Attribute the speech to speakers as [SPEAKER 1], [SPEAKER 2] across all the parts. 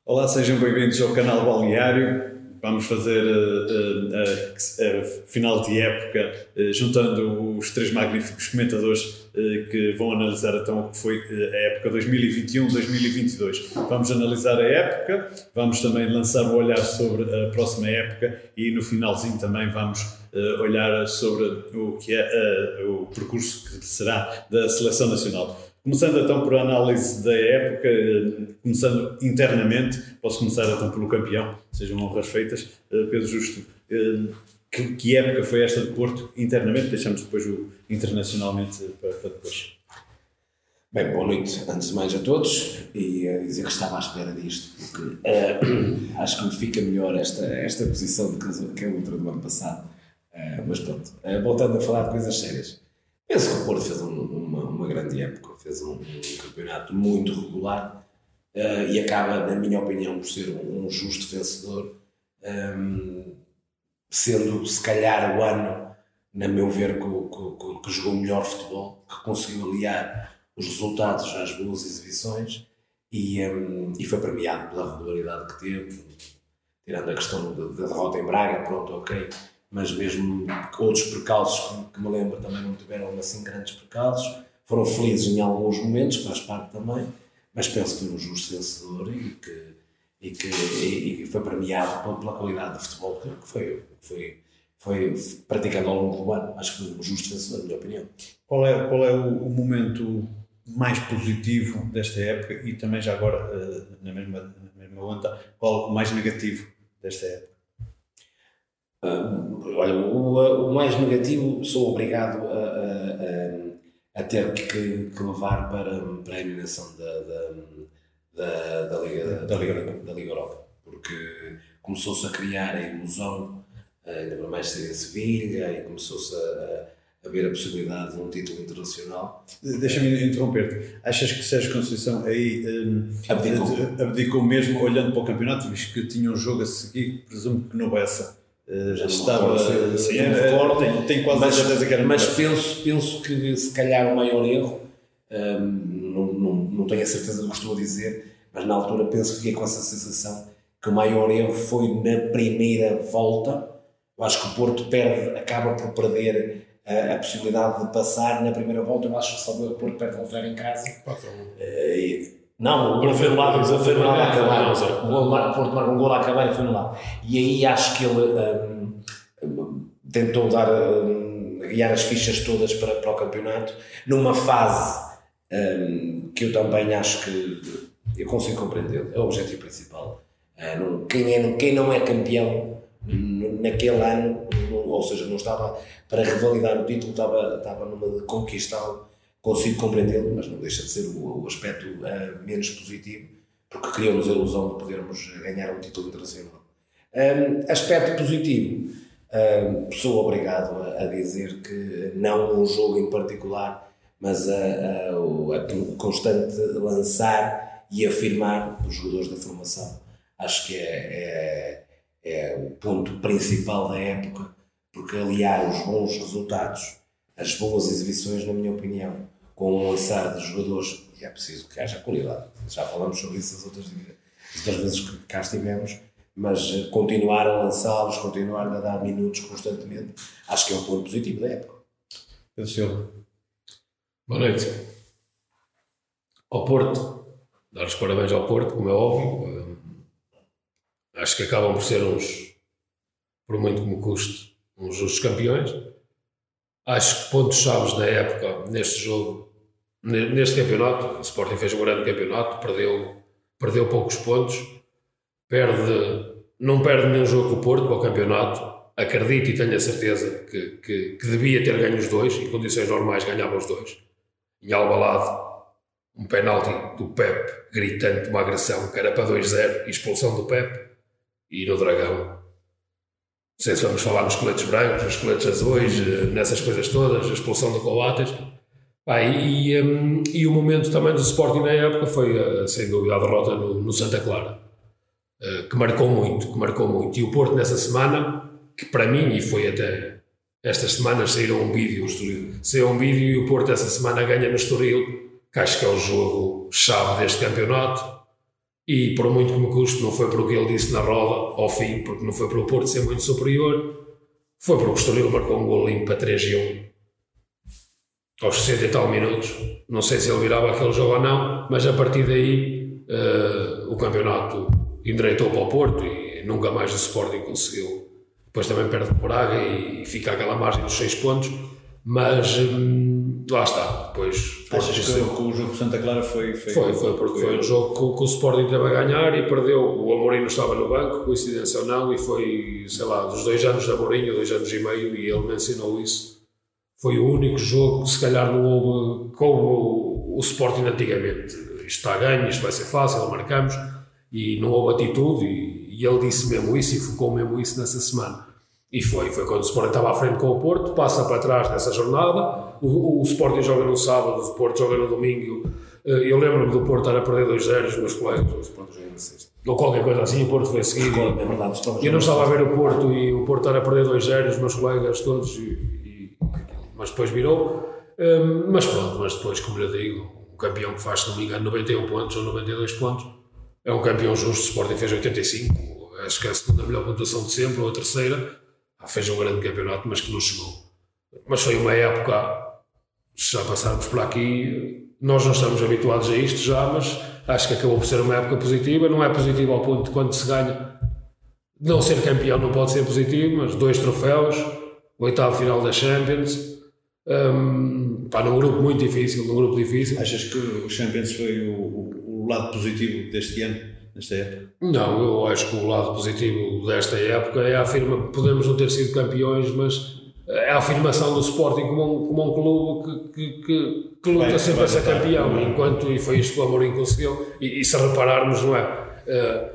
[SPEAKER 1] Olá, sejam bem-vindos ao canal Balneário. Vamos fazer a final de época juntando os três magníficos comentadores que vão analisar então o que foi a época 2021-2022. Vamos analisar a época, vamos também lançar um olhar sobre a próxima época e no finalzinho também vamos olhar sobre o que é o percurso que será da Seleção Nacional. Começando então por a análise da época, começando internamente, posso começar então pelo campeão, sejam honras feitas. Pedro Justo, que época foi esta de Porto internamente? Deixamos depois o internacionalmente para depois.
[SPEAKER 2] Bem, boa noite antes de mais a todos e a dizer que estava à espera disto, porque acho que me fica melhor esta posição do que a outra do ano passado, mas pronto, voltando a falar de coisas sérias. Penso que o Porto fez uma grande época, fez um campeonato muito regular e acaba, na minha opinião, por ser um justo vencedor, sendo se calhar o ano, na meu ver, que jogou melhor futebol, que conseguiu aliar os resultados às boas exibições e foi premiado pela regularidade que teve, tirando a questão da derrota em Braga, pronto, ok. Mas mesmo outros percalços que me lembro também não tiveram assim grandes percalços, foram felizes em alguns momentos, que faz parte também, mas penso que foi um justo vencedor e que foi premiado pela qualidade do futebol que foi praticado ao longo do ano. Acho que foi um justo vencedor, na minha opinião.
[SPEAKER 1] Qual é o momento mais positivo desta época e também já agora, na mesma onda, qual o mais negativo desta época?
[SPEAKER 2] Olha, o mais negativo sou obrigado a ter que levar para a eliminação da Liga Europa, porque começou-se a criar a ilusão, ainda para mais ser em Sevilha, e começou-se a ver a possibilidade de um título internacional.
[SPEAKER 1] Deixa-me interromper-te. Achas que Sérgio Conceição aí abdicou mesmo olhando para o campeonato, visto que tinha um jogo a seguir, presumo que no Bessa? Já estava, tenho quase a certeza que era.
[SPEAKER 2] Mas penso que se calhar o maior erro, não tenho a certeza do que estou a dizer, mas na altura penso que fiquei com essa sensação que o maior erro foi na primeira volta. Eu acho que o Porto acaba por perder a possibilidade de passar na primeira volta. Eu acho que só o Porto perde um 0 em casa. Não, o gol foi anulado a acabar. O Porto marca um gol a acabar e foi anulado. E aí acho que ele tentou guiar as fichas todas para o campeonato, numa fase que eu também acho que eu consigo compreender. É o objetivo principal. Quem não é campeão naquele ano, ou seja, não estava para revalidar o título, estava numa de conquistá-lo. Consigo compreendê-lo, mas não deixa de ser o aspecto menos positivo, porque criou-nos a ilusão de podermos ganhar um título internacional. Aspecto positivo, sou obrigado a dizer que não um jogo em particular, mas o constante lançar e afirmar dos jogadores da formação. Acho que é o ponto principal da época, porque aliar os bons resultados, as boas exibições, na minha opinião, com um lançar de jogadores, e é preciso que haja qualidade. Já falamos sobre isso as outras vezes que cá estivemos, mas continuar a lançá-los, continuar a dar minutos constantemente, acho que é um ponto positivo da época.
[SPEAKER 1] Pedro Silva.
[SPEAKER 3] Boa noite. Ao Porto, dar os parabéns ao Porto, como é óbvio. Acho que acabam por ser por muito que me custe, uns justos campeões. Acho que pontos-chave da época neste jogo, neste campeonato, o Sporting fez um grande campeonato, perdeu poucos pontos, não perde nenhum jogo com o Porto para o campeonato. Acredito e tenho a certeza que devia ter ganho os dois, em condições normais ganhava os dois. Em Alvalade, um penalti do Pepe, gritante, uma agressão, que era para 2-0, expulsão do Pepe. E no Dragão, não sei se vamos falar nos coletes brancos, nos coletes azuis, nessas coisas todas, a expulsão do Coates. E o momento também do Sporting na época foi, sem dúvida, a derrota no Santa Clara, que marcou muito. E o Porto nessa semana, que para mim, e foi até estas semanas, saiu um vídeo e o Porto essa semana ganha no Estoril, que acho que é o jogo-chave deste campeonato. e por muito que me custe, não foi por o que ele disse na roda, ao fim, porque não foi por o Porto ser muito superior, foi porque o Estoril marcou um gol limpo para 3-1 aos 60 e tal minutos. Não sei se ele virava aquele jogo ou não, mas a partir daí o campeonato endireitou para o Porto e nunca mais o Sporting conseguiu. Depois também perde o Braga e fica aquela margem dos 6 pontos, mas lá está. Depois,
[SPEAKER 1] achas que o jogo de Santa Clara foi
[SPEAKER 3] porque foi um jogo que o Sporting teve a ganhar e perdeu. O Amorim estava no banco, coincidência ou não, e foi, sei lá, dos 2 anos de Amorim, 2 anos e meio, e ele mencionou isso. Foi o único jogo que se calhar não houve como o Sporting antigamente. Isto está a ganho, isto vai ser fácil, marcamos, e não houve atitude, e ele disse mesmo isso e focou mesmo isso nessa semana. E foi quando o Sporting estava à frente com o Porto, passa para trás nessa jornada, o Sporting joga no sábado, o Porto joga no domingo. Eu lembro-me do Porto estar a perder 2-0, os meus colegas, o Sporting joga na sexta, ou qualquer coisa assim, o Porto foi a seguir. Eu não estava a ver o Porto e o Porto estar a perder 2-0, os meus colegas todos, mas depois virou. Mas pronto, mas depois, como eu digo, um campeão que faz, se não me engano, 91 pontos ou 92 pontos, é um campeão justo. O Sporting fez 85, acho que é a segunda melhor pontuação de sempre, ou a terceira. Fez um grande campeonato, mas que não chegou. Mas foi uma época, se já passarmos por aqui, nós não estamos habituados a isto já, mas acho que acabou por ser uma época positiva. Não é positiva ao ponto de quando se ganha, não ser campeão não pode ser positivo, mas 2 troféus, 8ª final da Champions, num grupo muito difícil,
[SPEAKER 1] Achas que o Champions foi o lado positivo deste ano? Nesta época?
[SPEAKER 3] Não, eu acho que o lado positivo desta época é podemos não ter sido campeões, mas é a afirmação do Sporting como um clube que luta sempre a ser campeão, e foi isto que o Amorim conseguiu, e se repararmos, não é?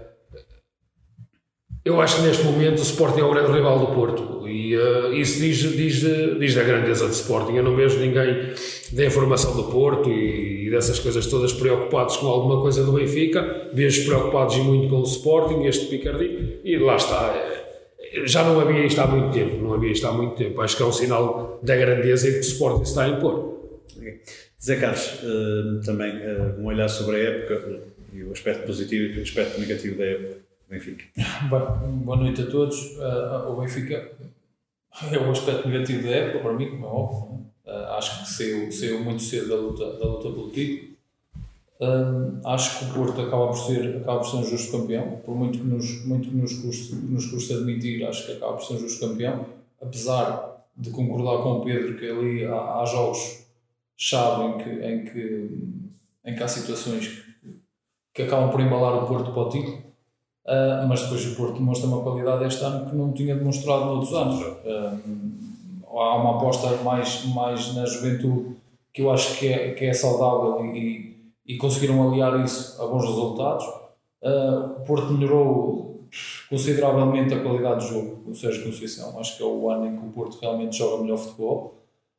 [SPEAKER 3] Eu acho que neste momento o Sporting é o grande rival do Porto, e isso diz da grandeza do Sporting. Eu não vejo ninguém da informação do Porto e dessas coisas todas preocupados com alguma coisa do Benfica. Vejo preocupados e muito com o Sporting, este Picardy, e lá está. Já não havia isto há muito tempo, Acho que é um sinal da grandeza em que o Sporting está a impor.
[SPEAKER 1] Zé Carlos, também um olhar sobre a época e o aspecto positivo e o aspecto negativo da época. Benfica.
[SPEAKER 4] Boa noite a todos. O Benfica é o aspecto negativo da época, para mim, como é óbvio. Acho que saiu muito cedo da luta pelo título. Acho que o Porto acaba por ser um justo campeão, por muito que nos custe admitir. Acho que acaba por ser um justo campeão, apesar de concordar com o Pedro que ali há jogos-chave em que há situações que acabam por embalar o Porto para o título. Mas depois o Porto demonstra uma qualidade este ano que não tinha demonstrado noutros anos. Há uma aposta mais na juventude, que eu acho que é saudável, e conseguiram aliar isso a bons resultados. O Porto melhorou consideravelmente a qualidade do jogo do Sérgio Conceição. Acho que é o ano em que o Porto realmente joga melhor futebol.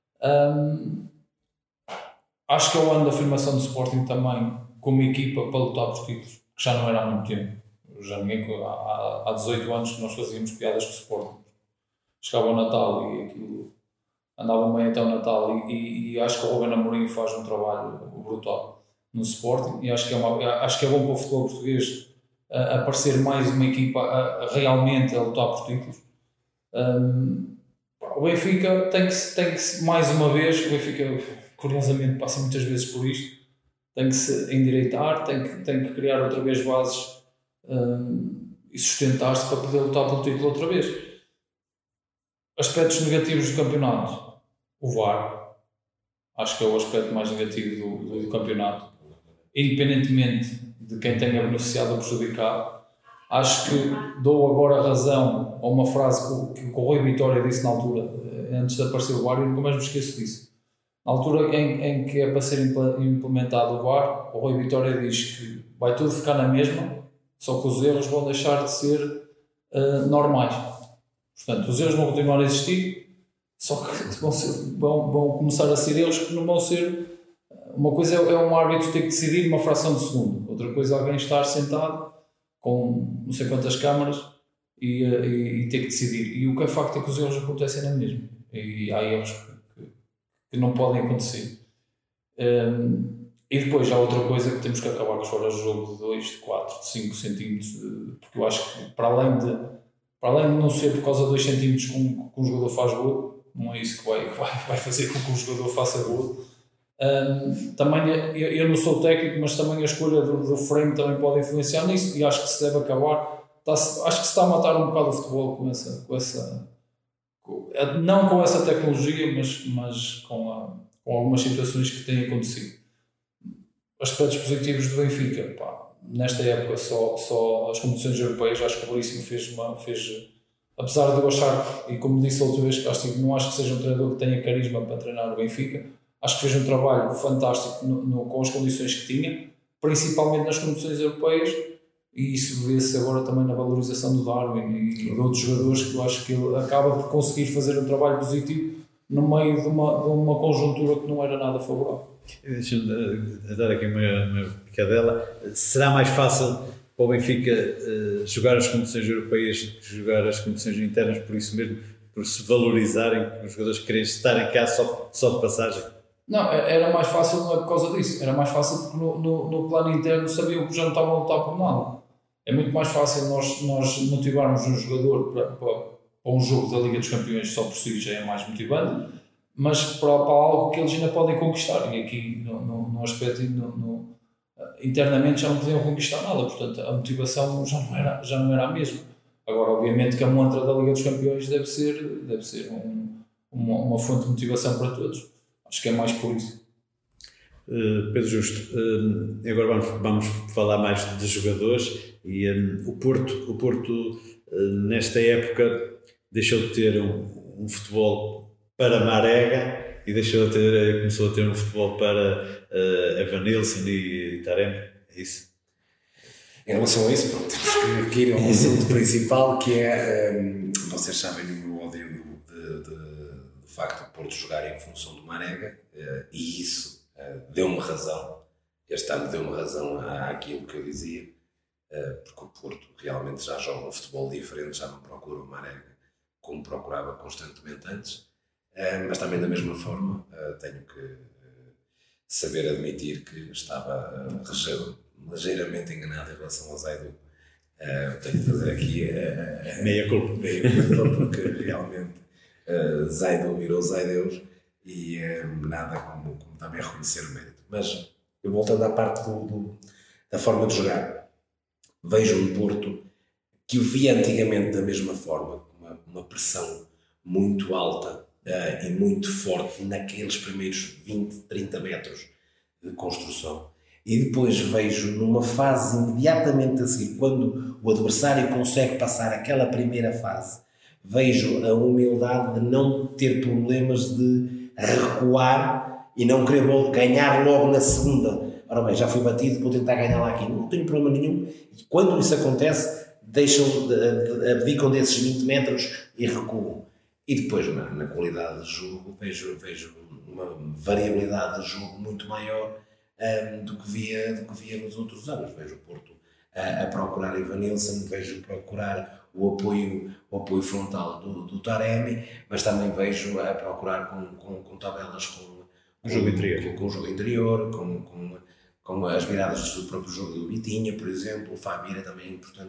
[SPEAKER 4] Acho que é o ano da afirmação do Sporting também como equipa para lutar por títulos, que já não era há muito tempo. Já há 18 anos que nós fazíamos piadas com o Sporting. Chegava o Natal e aquilo andava bem até o Natal, e acho que o Ruben Amorim faz um trabalho brutal no Sporting, e acho que é bom para o futebol português aparecer mais uma equipa realmente a lutar por títulos. O Benfica tem que mais uma vez, o Benfica curiosamente passa muitas vezes por isto, tem que se endireitar, tem que criar outra vez bases e sustentar-se para poder lutar pelo título outra vez. Aspectos negativos do campeonato: o VAR, acho que é o aspecto mais negativo do campeonato, independentemente de quem tenha beneficiado ou prejudicado. Acho que dou agora razão a uma frase que o Rui Vitória disse na altura, antes de aparecer o VAR, e nunca mais me esqueço disso. Na altura em que é para ser implementado o VAR, o Rui Vitória diz que vai tudo ficar na mesma, só que os erros vão deixar de ser normais. Portanto, os erros vão continuar a existir, só que vão começar a ser erros que não vão ser... Uma coisa é um árbitro ter que decidir uma fração de segundo, outra coisa é alguém estar sentado com não sei quantas câmaras e ter que decidir. E o que é facto é que os erros acontecem na mesma, e há erros que não podem acontecer. E depois há outra coisa que temos que acabar com os fora de jogo de 2, de 4, de 5 centímetros, porque eu acho que para além de não ser por causa de 2 centímetros que um jogador faz gol, não é isso que vai fazer com que um jogador faça gol. Também eu não sou técnico, mas também a escolha do frame também pode influenciar nisso, e acho que se deve acabar. Acho que se está a matar um bocado o futebol com essa não com essa tecnologia, mas com algumas situações que têm acontecido. Aspectos positivos do Benfica, nesta época só as competições europeias. Acho que o Veríssimo fez, apesar de eu achar, e como disse a outra vez que não acho que seja um treinador que tenha carisma para treinar o Benfica, acho que fez um trabalho fantástico com as condições que tinha, principalmente nas competições europeias, e isso vê-se agora também na valorização do Darwin e de outros jogadores, que eu acho que ele acaba por conseguir fazer um trabalho positivo no meio de uma conjuntura que não era nada favorável.
[SPEAKER 1] Deixa-me dar aqui uma picadela. Será mais fácil para o Benfica jogar as competições europeias do que jogar as competições internas, por isso mesmo, por se valorizarem, os jogadores querem estarem cá só de passagem?
[SPEAKER 4] Não, era mais fácil, não é por causa disso, era mais fácil porque no plano interno sabiam que já não estavam a lutar por nada. É muito mais fácil nós motivarmos um jogador para um jogo da Liga dos Campeões, só por si já é mais motivante, mas para algo que eles ainda podem conquistar, e aqui no aspecto internamente já não podiam conquistar nada, portanto a motivação já não era a mesma. Agora, obviamente que a montra da Liga dos Campeões deve ser uma fonte de motivação para todos. Acho que é mais por isso.
[SPEAKER 1] Pedro Justo, agora vamos falar mais de jogadores, e o Porto nesta época deixou de ter um futebol para Marega e começou a ter um futebol para Evanilson e Taremi, é isso?
[SPEAKER 2] Em relação a isso, pronto, temos que ir ao assunto principal, que é, vocês sabem o meu ódio do facto do Porto jogar em função do Marega, e isso deu-me razão, este ano deu-me razão àquilo que eu dizia, porque o Porto realmente já joga um futebol diferente, já não procura o Marega como procurava constantemente antes, mas também da mesma forma tenho que saber admitir que estava ligeiramente enganado em relação ao Zaidu. Tenho de fazer aqui
[SPEAKER 1] meia culpa,
[SPEAKER 2] porque realmente Zaidu virou Zaideus e nada como também reconhecer o mérito. Mas eu voltando à parte da forma de jogar, vejo um Porto que o via antigamente da mesma forma, com uma pressão muito alta e muito forte naqueles primeiros 20, 30 metros de construção. E depois vejo numa fase imediatamente a seguir, quando o adversário consegue passar aquela primeira fase, vejo a humildade de não ter problemas de recuar e não querer ganhar logo na segunda. Ora bem, já fui batido, vou tentar ganhar lá aqui. Não tenho problema nenhum. E quando isso acontece, abdicam desses 20 metros e recuam. E depois, na qualidade de jogo, vejo uma variabilidade de jogo muito maior do que via nos outros anos. Vejo o Porto a procurar Evanilson, vejo procurar o apoio frontal do Taremi, mas também vejo a procurar com tabelas com o jogo interior, com as viradas do próprio jogo do Vitinha, por exemplo. O Fabira também é importante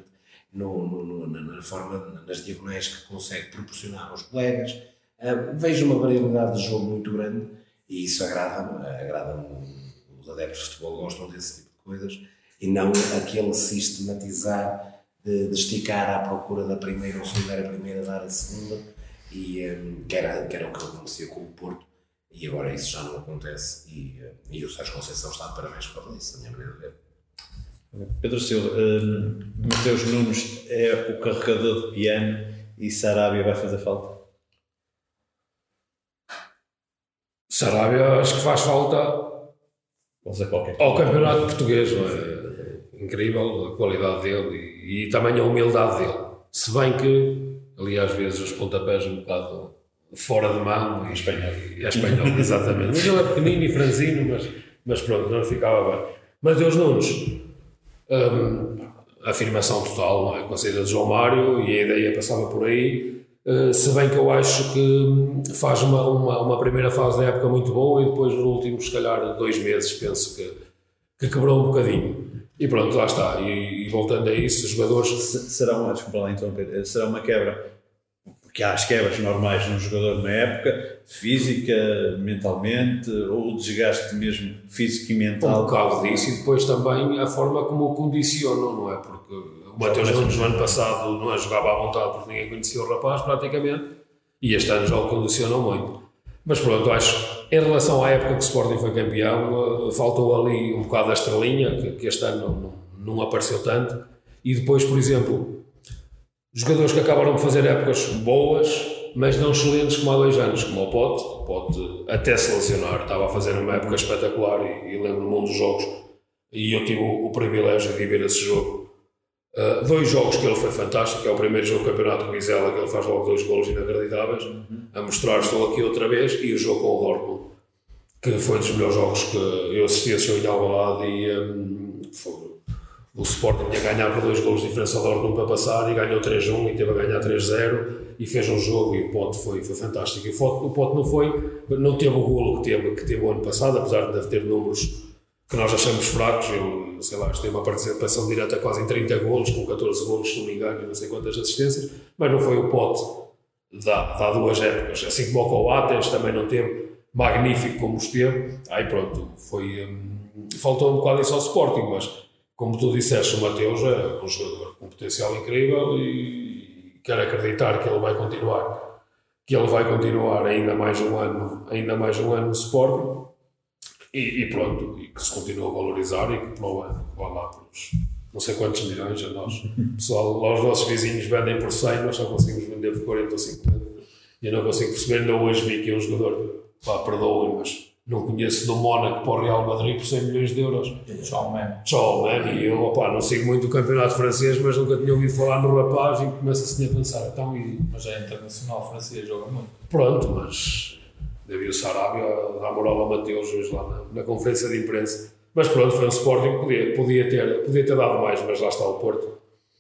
[SPEAKER 2] na forma, nas diagonais que consegue proporcionar aos colegas. Vejo uma variabilidade de jogo muito grande e isso agrada-me. Os adeptos de futebol gostam desse tipo de coisas e não aquele sistematizar de esticar à procura da primeira ou se der a primeira, dar a segunda, e que era o que acontecia com o Porto, e agora isso já não acontece, e o Sérgio Conceição está de parabéns por causa disso, da minha maneira de ver.
[SPEAKER 1] Pedro Silva, Mateus Nunes é o carregador de piano e Sarabia vai fazer falta?
[SPEAKER 3] Sarabia acho que faz falta ao campeonato português. É incrível a qualidade dele e também a humildade dele, se bem que ali às vezes os pontapés um bocado fora de mão e é espanhol, exatamente, mas ele é pequenino e franzino, mas pronto, não ficava bem. Mateus Nunes, afirmação total, não é? Com a saída de João Mário, e a ideia passava por aí, se bem que eu acho que faz uma primeira fase da época muito boa e depois nos últimos, se calhar, 2 meses, penso que quebrou um bocadinho. E pronto, lá está. E voltando a isso, os jogadores...
[SPEAKER 1] Desculpa lá interromper, será uma quebra, porque há as quebras normais num jogador na época, física, mentalmente, ou o desgaste mesmo físico e mental.
[SPEAKER 3] Um bocado disso, e depois também a forma como o condicionam, não é? Porque o Mateus Nunes no ano passado não é, jogava à vontade porque ninguém conhecia o rapaz praticamente, e este ano já o condicionam muito. Mas pronto, acho, em relação à época que o Sporting foi campeão, faltou ali um bocado a estrelinha, que este ano não apareceu tanto, e depois, por exemplo, jogadores que acabaram de fazer épocas boas, mas não excelentes como há 2 anos, como o Pote até se lesionar, estava a fazer uma época espetacular e lembro-me um dos jogos, e eu tive o privilégio de ver esse jogo. 2 jogos que ele foi fantástico, é o primeiro jogo do campeonato com o Vizela, que ele faz logo 2 golos inacreditáveis, a mostrar estou aqui outra vez, e o jogo com o Dortmund, que foi um dos melhores jogos que eu assisti a show em Alvalade, e o Sporting tinha ganhado por 2 golos de diferença ao Dortmund para passar, e ganhou 3-1 e teve a ganhar 3-0, e fez um jogo, e o Pote foi fantástico. E o Pote não teve o golo que teve o ano passado, apesar de ter números que nós achamos fracos. Ele, sei lá, teve uma participação direta quase em 30 golos, com 14 golos, se não me engano, e não sei quantas assistências, mas não foi o Pote há 2 épocas, assim como o Coates também não teve magnífico como esteve. Aí pronto, faltou um bocado isso ao Sporting, mas como tu disseste, o Mateus é um jogador com potencial incrível, e quero acreditar que ele vai continuar ainda mais um ano no Sporting. E pronto, e que se continua a valorizar, e que para o ano vá lá por não sei quantos milhões a nós. Pessoal, os nossos vizinhos vendem por 100, nós só conseguimos vender por 40 ou 50. E eu não consigo perceber, ainda hoje vi que é um jogador, perdoem, mas não conheço do Mónaco para o Real Madrid por 100 milhões de euros.
[SPEAKER 4] Tchau, man.
[SPEAKER 3] E eu, não sigo muito o campeonato francês, mas nunca tinha ouvido falar no rapaz, e começo assim a pensar,
[SPEAKER 4] Mas é internacional francês, joga muito.
[SPEAKER 3] Pronto, mas... Devia o Sarabia dar moral ao Mateus hoje lá na conferência de imprensa. Mas pronto, foi um Sporting que podia ter dado mais, mas lá está o Porto.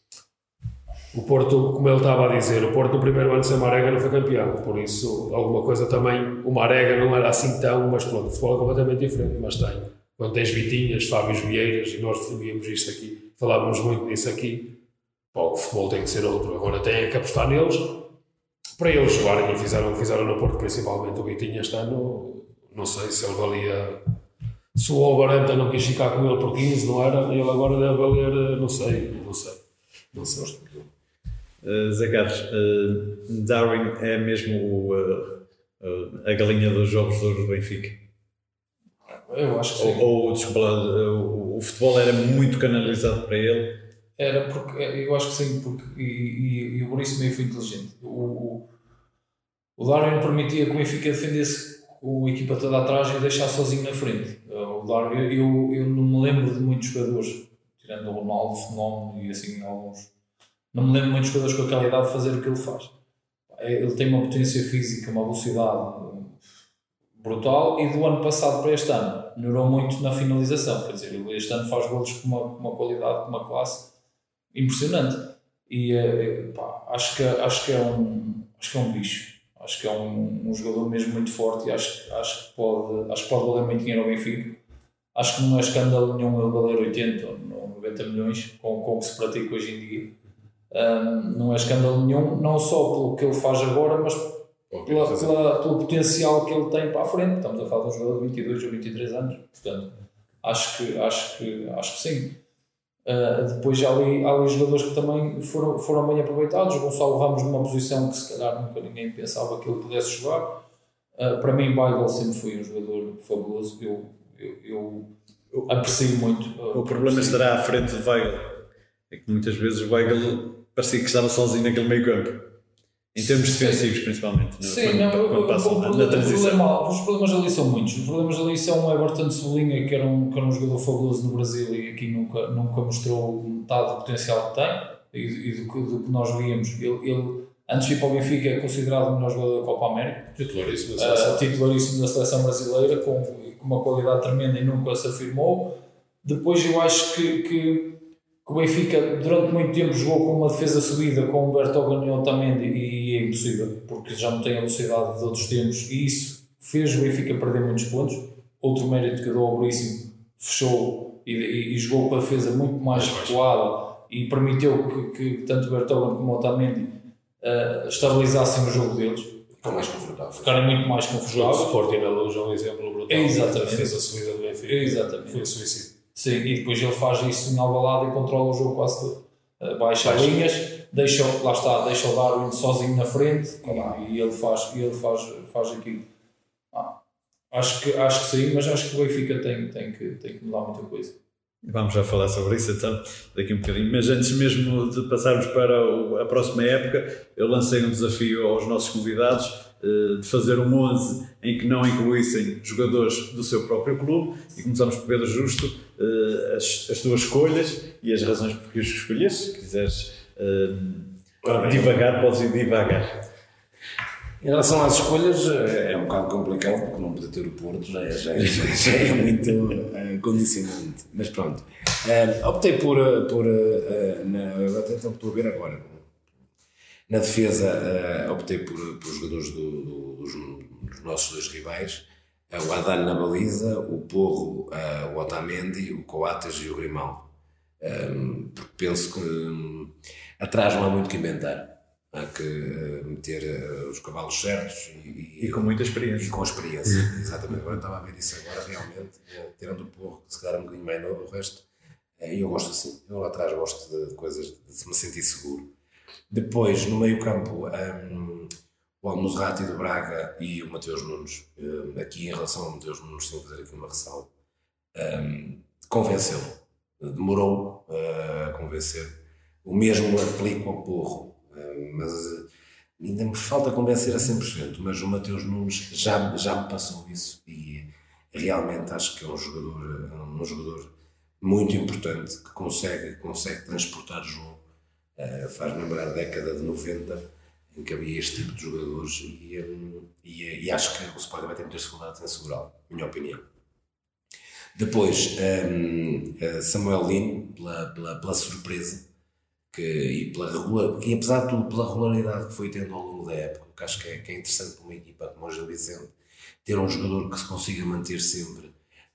[SPEAKER 3] O Porto, como ele estava a dizer, o Porto no primeiro ano sem Marega não foi campeão, por isso alguma coisa também, o Marega não era assim tão, mas pronto, o futebol é completamente diferente, mas tem. Quando tens Vitinhas, Fábios Vieiras, e nós defendíamos isto aqui, falávamos muito nisso aqui, o futebol tem que ser outro, agora tem que apostar neles, para eles jogarem, e fizeram no Porto principalmente. O Vitinha este ano, não sei se ele valia, se o Alvaranta não quis ficar com ele por 15, não era, ele agora deve valer, não sei.
[SPEAKER 1] Zé Carlos, Darwin é mesmo a galinha dos jogos do Benfica?
[SPEAKER 4] Eu acho que sim.
[SPEAKER 1] O futebol era muito canalizado para ele?
[SPEAKER 4] Era porque, eu acho que sim, porque, e o Maurício meio foi inteligente. O Darwin permitia que o Benfica defendesse com a equipa toda atrás e deixar sozinho na frente. O Darwin, eu não me lembro de muitos jogadores, tirando o Ronaldo, Fenómeno e assim alguns, não me lembro de muitos jogadores com aquela idade de fazer o que ele faz. Ele tem uma potência física, uma velocidade brutal, e do ano passado para este ano melhorou muito na finalização. Quer dizer, ele este ano faz golos com uma qualidade, com uma classe impressionante, e acho que é um bicho, acho que é um jogador mesmo muito forte, e acho que pode valer muito dinheiro ao Benfica. Acho que não é escândalo nenhum ele valer 80 ou 90 milhões com o que se pratica hoje em dia. Não é escândalo nenhum, não só pelo que ele faz agora, mas pelo potencial que ele tem para a frente. Estamos a falar de um jogador de 22 ou 23 anos, portanto acho que sim. Depois há ali jogadores que também foram bem aproveitados. O Gonçalo Ramos numa posição que se calhar nunca ninguém pensava que ele pudesse jogar. Para mim Weigl sempre foi um jogador fabuloso, eu aprecio muito.
[SPEAKER 1] O problema estará à frente de Weigl, é que muitas vezes o Weigl parecia que estava sozinho naquele meio campo, em termos defensivos principalmente.
[SPEAKER 4] Sim, os problemas ali são muitos. Os problemas ali são o Everton Cebolinha, que era um jogador fabuloso no Brasil e aqui nunca mostrou metade do potencial que tem e do que nós víamos. Ele antes de ir para o Benfica é considerado o melhor jogador da Copa América, titularíssimo da seleção brasileira, com uma qualidade tremenda, e nunca se afirmou. Depois eu acho que o Benfica durante muito tempo jogou com uma defesa subida com o Bertoghen e Otamendi, e é impossível, porque já não tem a velocidade de outros tempos, e isso fez o Benfica perder muitos pontos. Outro mérito que dou ao Maurício, fechou e jogou com a defesa muito mais recuada e permitiu que tanto o Bertolone como o Otamendi estabilizassem o jogo deles. Ficarem muito mais confortáveis.
[SPEAKER 3] O Sporting na Luz é um exemplo brutal.
[SPEAKER 4] Exatamente.
[SPEAKER 3] A defesa subida do Benfica.
[SPEAKER 4] Exatamente.
[SPEAKER 3] Foi um suicídio.
[SPEAKER 4] Sim, e depois ele faz isso em Alvalade e controla o jogo quase todo. Baixa linhas, deixa o Darwin sozinho na frente e ele faz aquilo. Acho que sim, mas acho que o Benfica tem que mudar muita coisa.
[SPEAKER 1] Vamos já falar sobre isso então, daqui um bocadinho. Mas antes mesmo de passarmos para a próxima época, eu lancei um desafio aos nossos convidados de fazer um 11 em que não incluíssem jogadores do seu próprio clube, e começamos por Pedro Justo, as tuas escolhas e as razões porque os escolheste. Se quiseres divagar, podes ir divagar.
[SPEAKER 2] Em relação às escolhas, é um bocado complicado, porque não poder ter o Porto já é muito condicionante. Mas pronto. Optei até estou a ver agora. Na defesa, optei por jogadores dos nossos dois rivais. O Adán na baliza, o Porro, o Otamendi, o Coates e o Grimaldo. Porque penso que atrás não há muito que inventar. Há que meter os cavalos certos
[SPEAKER 1] e com muita experiência.
[SPEAKER 2] E com experiência, exatamente. Agora estava a ver isso agora, realmente, tirando o Porro, que se calhar um bocadinho mais novo, o resto. E eu gosto assim. Eu lá atrás gosto de coisas, de me sentir seguro. Depois, no meio campo, o Al-Musrati do Braga e o Mateus Nunes. Aqui, em relação ao Mateus Nunes, tenho que fazer aqui uma ressalva. Convenceu. Demorou a convencer. O mesmo aplico ao Porro. Mas ainda me falta convencer a 100%, mas o Mateus Nunes já me passou isso e realmente acho que é um jogador muito importante, que consegue transportar o jogo. Faz lembrar a década de 90 em que havia este tipo de jogadores e acho que o Sporting vai ter muitas dificuldades em assegurá-lo, minha opinião. Depois, Samuel Lino, pela surpresa, e apesar de tudo, pela regularidade que foi tendo ao longo da época, que acho que é interessante para uma equipa como o Gil Vicente ter um jogador que se consiga manter sempre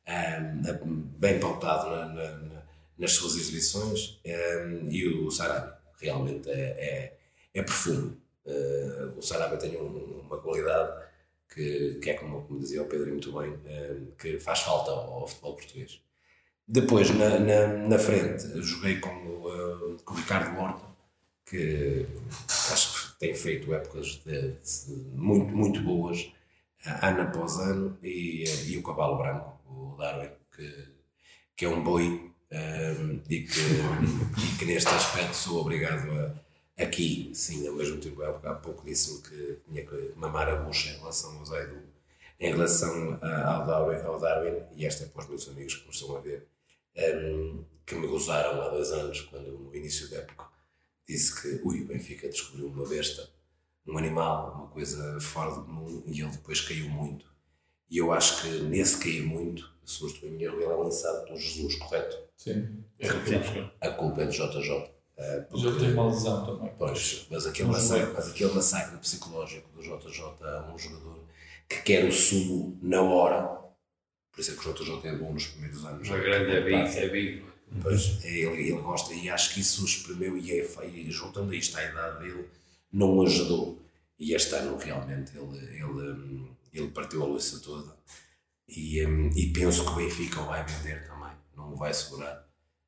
[SPEAKER 2] bem pautado nas suas exibições, e o Sarabia realmente é profundo. O Sarabia tem uma qualidade que é como dizia o Pedro muito bem, que faz falta ao futebol português. Depois, na frente, joguei com o Ricardo Horta, que acho que tem feito épocas muito, muito boas, ano após ano, e o Cavalo Branco, o Darwin, que é um boi, e que neste aspecto sou obrigado aqui, sim, ao mesmo tempo, há pouco disse-me que tinha que mamar a bucha em relação ao Zaidu, em relação ao Darwin, e esta é para os meus amigos que me estão a ver, que me gozaram há 2 anos, quando no início da época disse que o Benfica descobriu uma besta, um animal, uma coisa fora do comum, e ele depois caiu muito. E eu acho que nesse cair muito, se não estou em erro, ele é lançado pelo Jesus, correto?
[SPEAKER 4] Sim.
[SPEAKER 2] A culpa é do JJ.
[SPEAKER 4] Mas ele tem uma lesão também.
[SPEAKER 2] Pois, mas aquele massacre psicológico do JJ a um jogador que quer o sumo na hora. Por isso é que o JJ é bom nos primeiros anos.
[SPEAKER 3] Uma grande é big.
[SPEAKER 2] Pois, ele gosta, e acho que isso o espremeu, e juntando a isto à idade dele, não o ajudou. E este ano realmente ele partiu a louça toda, e penso que o Benfica o vai vender também, não o vai segurar.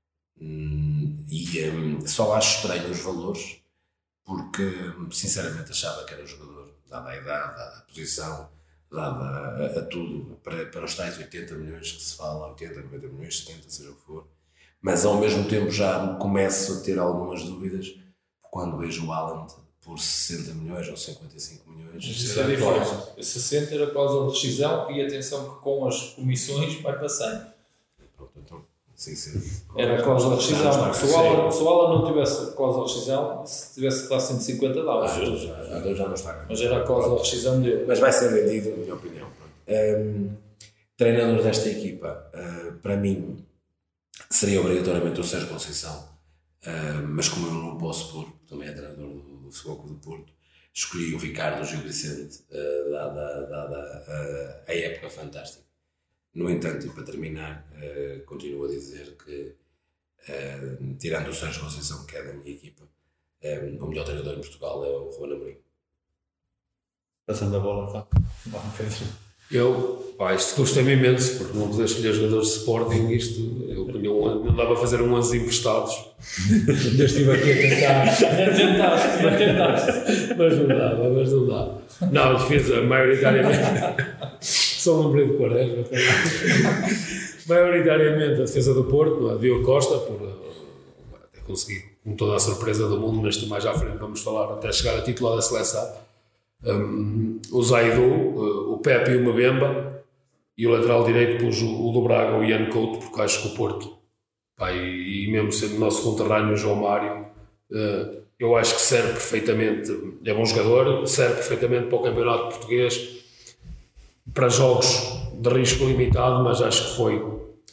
[SPEAKER 2] Só acho estranho os valores, porque sinceramente achava que era jogador, dada a idade, dada a posição, dada a tudo, para os tais 80 milhões que se fala, 80, 90 milhões, 70, seja o que for. Mas ao mesmo tempo já começo a ter algumas dúvidas quando vejo o Haaland por 60 milhões ou 55 milhões.
[SPEAKER 4] Isso é diferente. 60 era a cláusula de rescisão, e atenção que com as comissões vai passando.
[SPEAKER 2] Pronto, então, sim.
[SPEAKER 4] Era a cláusula de rescisão. Se o Haaland não tivesse a cláusula de rescisão, se tivesse que dar 150 dava.
[SPEAKER 2] Já não está.
[SPEAKER 4] Mas era a cláusula de rescisão dele.
[SPEAKER 2] Mas vai ser vendido, na minha opinião. Treinador desta equipa, para mim, seria obrigatoriamente o Sérgio Conceição, mas como eu não posso pôr, também é treinador do Futebol Clube do Porto, escolhi o Ricardo Gil Vicente, dada a época fantástica. No entanto, e para terminar, continuo a dizer que, tirando o Sérgio Conceição, que é da minha equipa, o melhor treinador em Portugal é o Ruben Amorim.
[SPEAKER 1] Passando a bola, tá? Bom, Pedro.
[SPEAKER 3] Isto custa-me imenso, porque não poder escolher jogadores de Sporting, não dá para fazer 11 emprestados. Eu estive aqui a tentar. Mas não dá. Não, defesa, maioritariamente. Só um lembrei de Quaresma. Maioritariamente a defesa do Porto, não é? Diogo Costa, por ter conseguido, com toda a surpresa do mundo, mas mais à frente vamos falar, até chegar a titular da seleção. O Zaidu, o Pepe e o Mbemba, e o lateral direito pus o do Braga, o Ian Couto, porque acho que o Porto, e mesmo sendo o nosso conterrâneo, o João Mário, eu acho que serve perfeitamente, é bom jogador, serve perfeitamente para o campeonato português, para jogos de risco limitado, mas acho que foi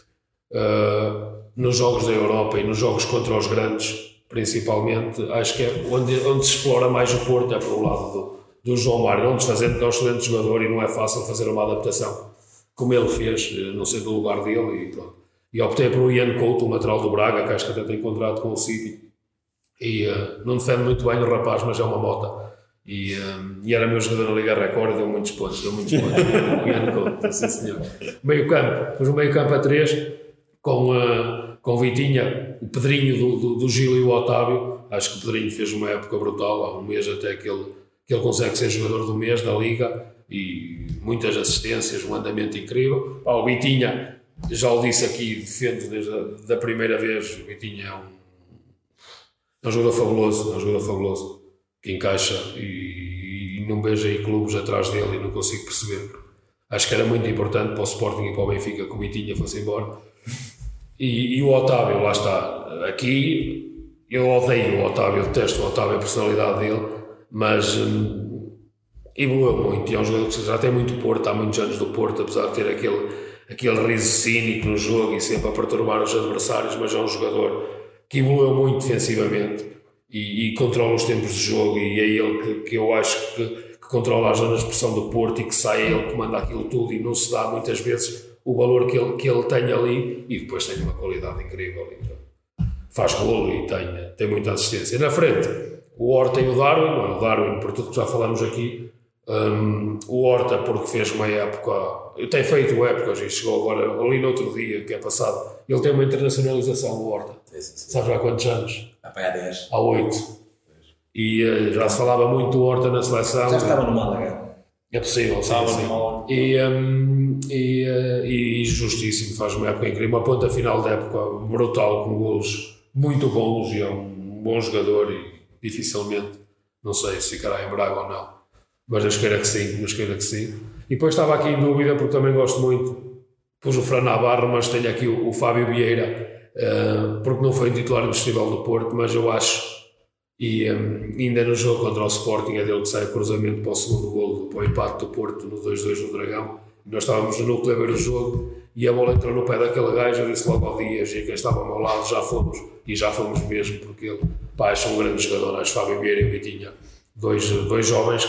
[SPEAKER 3] nos jogos da Europa e nos jogos contra os grandes, principalmente, acho que é onde se explora mais o Porto, é pelo lado do João Mário, não desfazendo que é um excelente jogador e não é fácil fazer uma adaptação como ele fez, não sei do lugar dele, e pronto. E optei por o Ian Couto, o lateral do Braga, que acho que até tem contrato com o City, e não defende muito bem o rapaz, mas é uma mota, e era meu jogador na Liga Record, deu muitos pontos, o Ian Couto, sim senhor. Meio campo, depois o meio campo a 3, com Vitinha, o Pedrinho do Gil e o Otávio. Acho que o Pedrinho fez uma época brutal, há um mês até que ele consegue ser jogador do mês da Liga, e muitas assistências, um andamento incrível. O Vitinha, já o disse aqui, defendo desde a primeira vez, o Vitinha é um jogador fabuloso, que encaixa, e não vejo aí clubes atrás dele, e não consigo perceber. Acho que era muito importante para o Sporting e para o Benfica que o Vitinha fosse embora. E o Otávio, lá está, aqui eu odeio o Otávio, detesto o Otávio, a personalidade dele, mas evoluiu muito, e é um jogador que já tem muito Porto, há muitos anos do Porto, apesar de ter aquele riso cínico no jogo e sempre a perturbar os adversários, mas é um jogador que evoluiu muito defensivamente e controla os tempos de jogo, e é ele que eu acho que controla as zonas de pressão do Porto, e que sai ele que manda aquilo tudo, e não se dá muitas vezes o valor que ele tem ali, e depois tem uma qualidade incrível, então, faz golo e tem muita assistência. Na frente, o Horta e o Darwin, não é o Darwin por tudo que já falamos aqui, o Horta porque fez uma época, tem feito épocas e chegou agora ali no outro dia, que é passado, ele tem uma internacionalização, o Horta, sabe há quantos anos?
[SPEAKER 2] Há 10.
[SPEAKER 3] Há 8. E já se falava muito do Horta na seleção.
[SPEAKER 2] Já estava no Málaga.
[SPEAKER 3] É possível,
[SPEAKER 4] estava
[SPEAKER 3] sim. E justíssimo, faz uma época incrível, uma ponta final da época brutal, com golos muito bons, e é um bom jogador, e dificilmente, não sei se ficará em Braga ou não, mas eu queira que sim. E depois estava aqui em dúvida, porque também gosto muito, pus o Fran Navarro, mas tenho aqui o Fábio Vieira, porque não foi um titular indiscutível do Porto, mas eu acho, e ainda no jogo contra o Sporting, é dele que sai o cruzamento para o segundo golo, para o empate do Porto no 2-2 no Dragão. Nós estávamos no núcleo a ver o jogo, e a bola entrou no pé daquele gajo. Eu disse logo ao Dias, e quem estava ao meu lado, já fomos mesmo, porque ele, acho um grande jogador. Acho Fábio Vieira e o Vitinha, dois jovens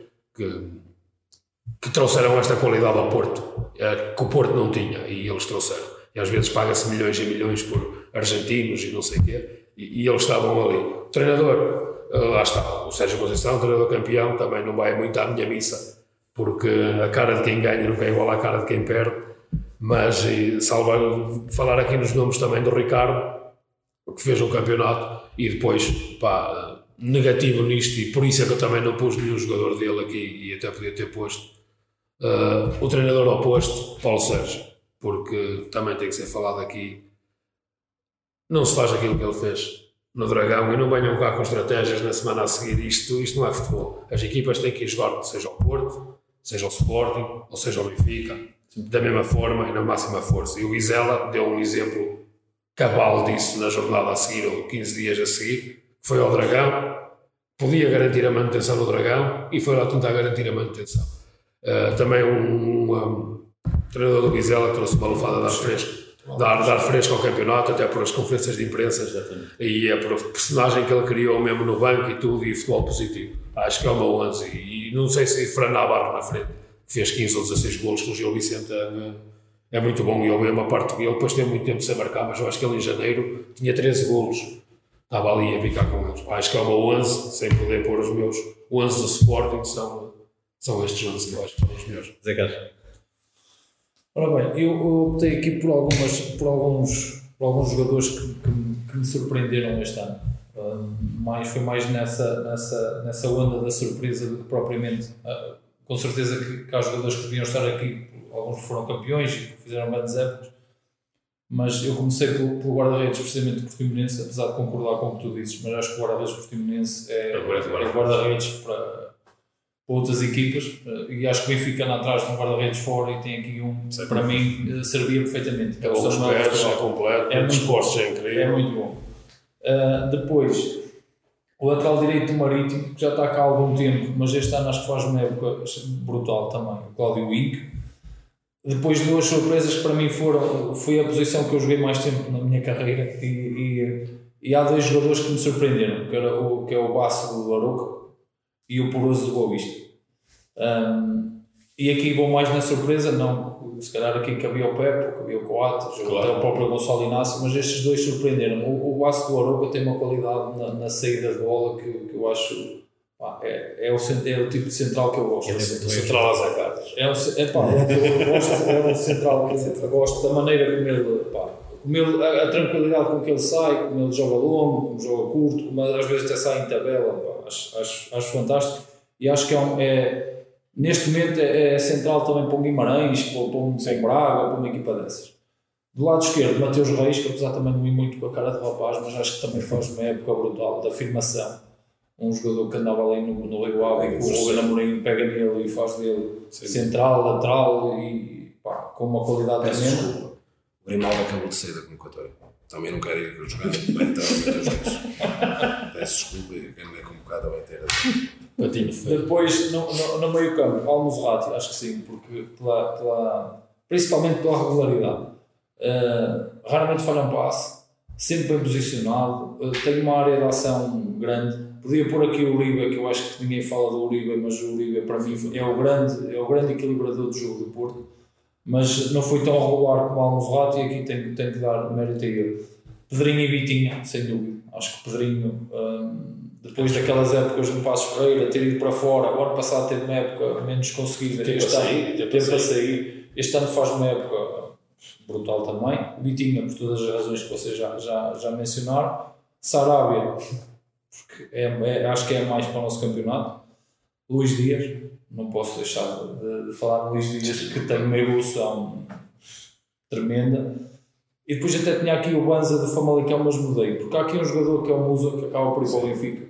[SPEAKER 3] que trouxeram esta qualidade ao Porto, que o Porto não tinha, e eles trouxeram. E às vezes paga-se milhões e milhões por argentinos e não sei o quê, e eles estavam ali. O treinador, lá está, o Sérgio Conceição, treinador campeão, também não vai muito à minha missa, porque a cara de quem ganha nunca é igual à cara de quem perde. Mas falar aqui nos nomes também do Ricardo, que fez um campeonato, e depois negativo nisto, e por isso é que eu também não pus nenhum jogador dele aqui, e até podia ter posto o treinador oposto, Paulo Sérgio, porque também tem que ser falado aqui. Não se faz aquilo que ele fez no Dragão, e não venham cá com estratégias na semana a seguir. Isto não é futebol. As equipas têm que ir jogar, seja o Porto, seja o Sporting, ou seja o Benfica, da mesma forma e na máxima força. E o Vizela deu um exemplo cabal disso na jornada a seguir, ou 15 dias a seguir, que foi ao Dragão, podia garantir a manutenção do Dragão, e foi lá tentar garantir a manutenção. Também um treinador do Vizela trouxe uma lufada de ar fresco, dar fresco ao campeonato, até por as conferências de imprensa. Exatamente. E é por a personagem que ele criou mesmo no banco e tudo, e futebol positivo. Acho que é uma 11, e não sei se Fran Navarro na frente, fez 15 ou 16 golos com o Gil Vicente é muito bom e ele é uma parte ele depois teve muito tempo sem marcar, mas eu acho que ele em janeiro tinha 13 golos, estava ali a picar com eles. Acho que é uma 11, sem poder pôr os meus 11 do Sporting, são estes 11 que eu acho que são os melhores.
[SPEAKER 1] Zé Carlos.
[SPEAKER 4] Ora bem, eu optei aqui por alguns jogadores que me surpreenderam este ano. Foi mais nessa onda da surpresa do que propriamente. Com certeza que há jogadores que deviam estar aqui, alguns foram campeões e fizeram grandes épocas, mas eu comecei pelo guarda-redes precisamente do Portimonense, apesar de concordar com o que tu dizes, mas acho que o guarda-redes do Portimonense é guarda-redes para outras equipas, e acho que o Benfica anda atrás de um guarda-redes fora e tem aqui para mim servia perfeitamente.
[SPEAKER 3] É bom, é completo, é incrível.
[SPEAKER 4] É muito bom. Depois, o lateral direito do Marítimo, que já está cá há algum tempo, mas este ano acho que faz uma época brutal também, o Cláudio Wink. Depois, duas surpresas que para mim foi a posição que eu joguei mais tempo na minha carreira, e há dois jogadores que me surpreenderam, que é o Basso do Arouca e o Poroso do Boa Vista. E aqui vou mais na surpresa, não, se calhar aqui cabia o Pepe, cabia o Coates, até o próprio Gonçalo Inácio, mas estes dois surpreenderam. O Basso do Arouca tem uma qualidade na saída de bola que eu acho é o tipo de central que eu gosto.
[SPEAKER 3] O central a Zé Carlos.
[SPEAKER 4] É um central que eu gosto da maneira como ele, a tranquilidade com que ele sai, como ele joga longo, como joga curto, como às vezes até sai em tabela, acho fantástico, e acho que neste momento é central também para um Guimarães, para um Braga, para uma equipa dessas. Do lado esquerdo, Mateus Reis, que apesar também não ir muito com a cara de rapaz, mas acho que também faz uma época brutal de afirmação. Um jogador que andava ali no Rio Ave, o Ruben Amorim pega nele e faz dele central, lateral e com uma qualidade tremenda.
[SPEAKER 2] O Grimaldo acabou de sair da convocatória. Também não quero ir jogar, vai entrar a Mateus Reis. Peço desculpa, quem não é convocado vai ter
[SPEAKER 4] Depois, no meio campo, Al-Musrati, acho que sim, porque principalmente pela regularidade. Raramente falha um passe, sempre bem posicionado, tem uma área de ação grande. Podia pôr aqui o Uribe, que eu acho que ninguém fala do Uribe, mas o Uribe para mim é o grande equilibrador do jogo do Porto, mas não foi tão regular como o Al-Musrati, e aqui tem que dar mérito a ele. Pedrinho e Vitinha, sem dúvida. Acho que Pedrinho, depois daquelas épocas no Passos Ferreira, ter ido para fora, o ano passado teve uma época menos conseguida, teve para sair. Este ano faz uma época brutal também. Vitinha, por todas as razões que vocês já mencionaram. Sarabia, porque acho que é mais para o nosso campeonato. Luís Dias, não posso deixar de falar no Luís Dias, que tem uma evolução tremenda. E depois até tinha aqui o Banza do Famalicão, mas mudei, porque há aqui um jogador que é o Musa, que acaba por ir para o Benfica.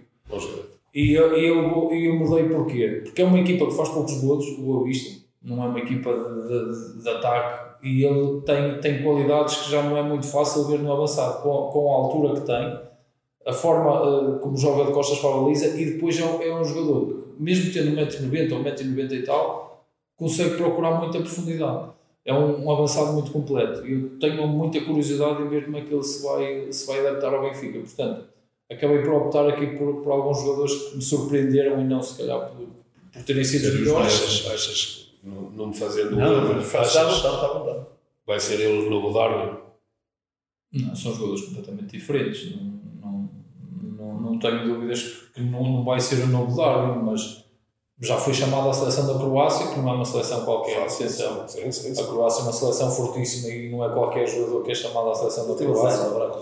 [SPEAKER 4] E eu mudei porquê? Porque é uma equipa que faz poucos golos, o Boa Vista, não é uma equipa de ataque, e ele tem qualidades que já não é muito fácil ver no avançado, com a altura que tem, a forma como joga de costas para a baliza, e depois é um jogador que, mesmo tendo 1,90m ou 1,90m e tal, consegue procurar muita profundidade. É um avançado muito completo. Eu tenho muita curiosidade em ver como é que ele se vai adaptar ao Benfica. Portanto, acabei por optar aqui por alguns jogadores que me surpreenderam e não, se calhar, por terem sido os melhores.
[SPEAKER 3] Achas, não me fazendo
[SPEAKER 4] Não,
[SPEAKER 3] vai ser ele o novo Darwin?
[SPEAKER 4] Não, são jogadores completamente diferentes. Não tenho dúvidas que não vai ser o novo Darwin, mas já foi chamado à seleção da Croácia, que não é uma seleção qualquer. Sim. A Croácia é uma seleção fortíssima e não é qualquer jogador que é chamado à seleção da Croácia.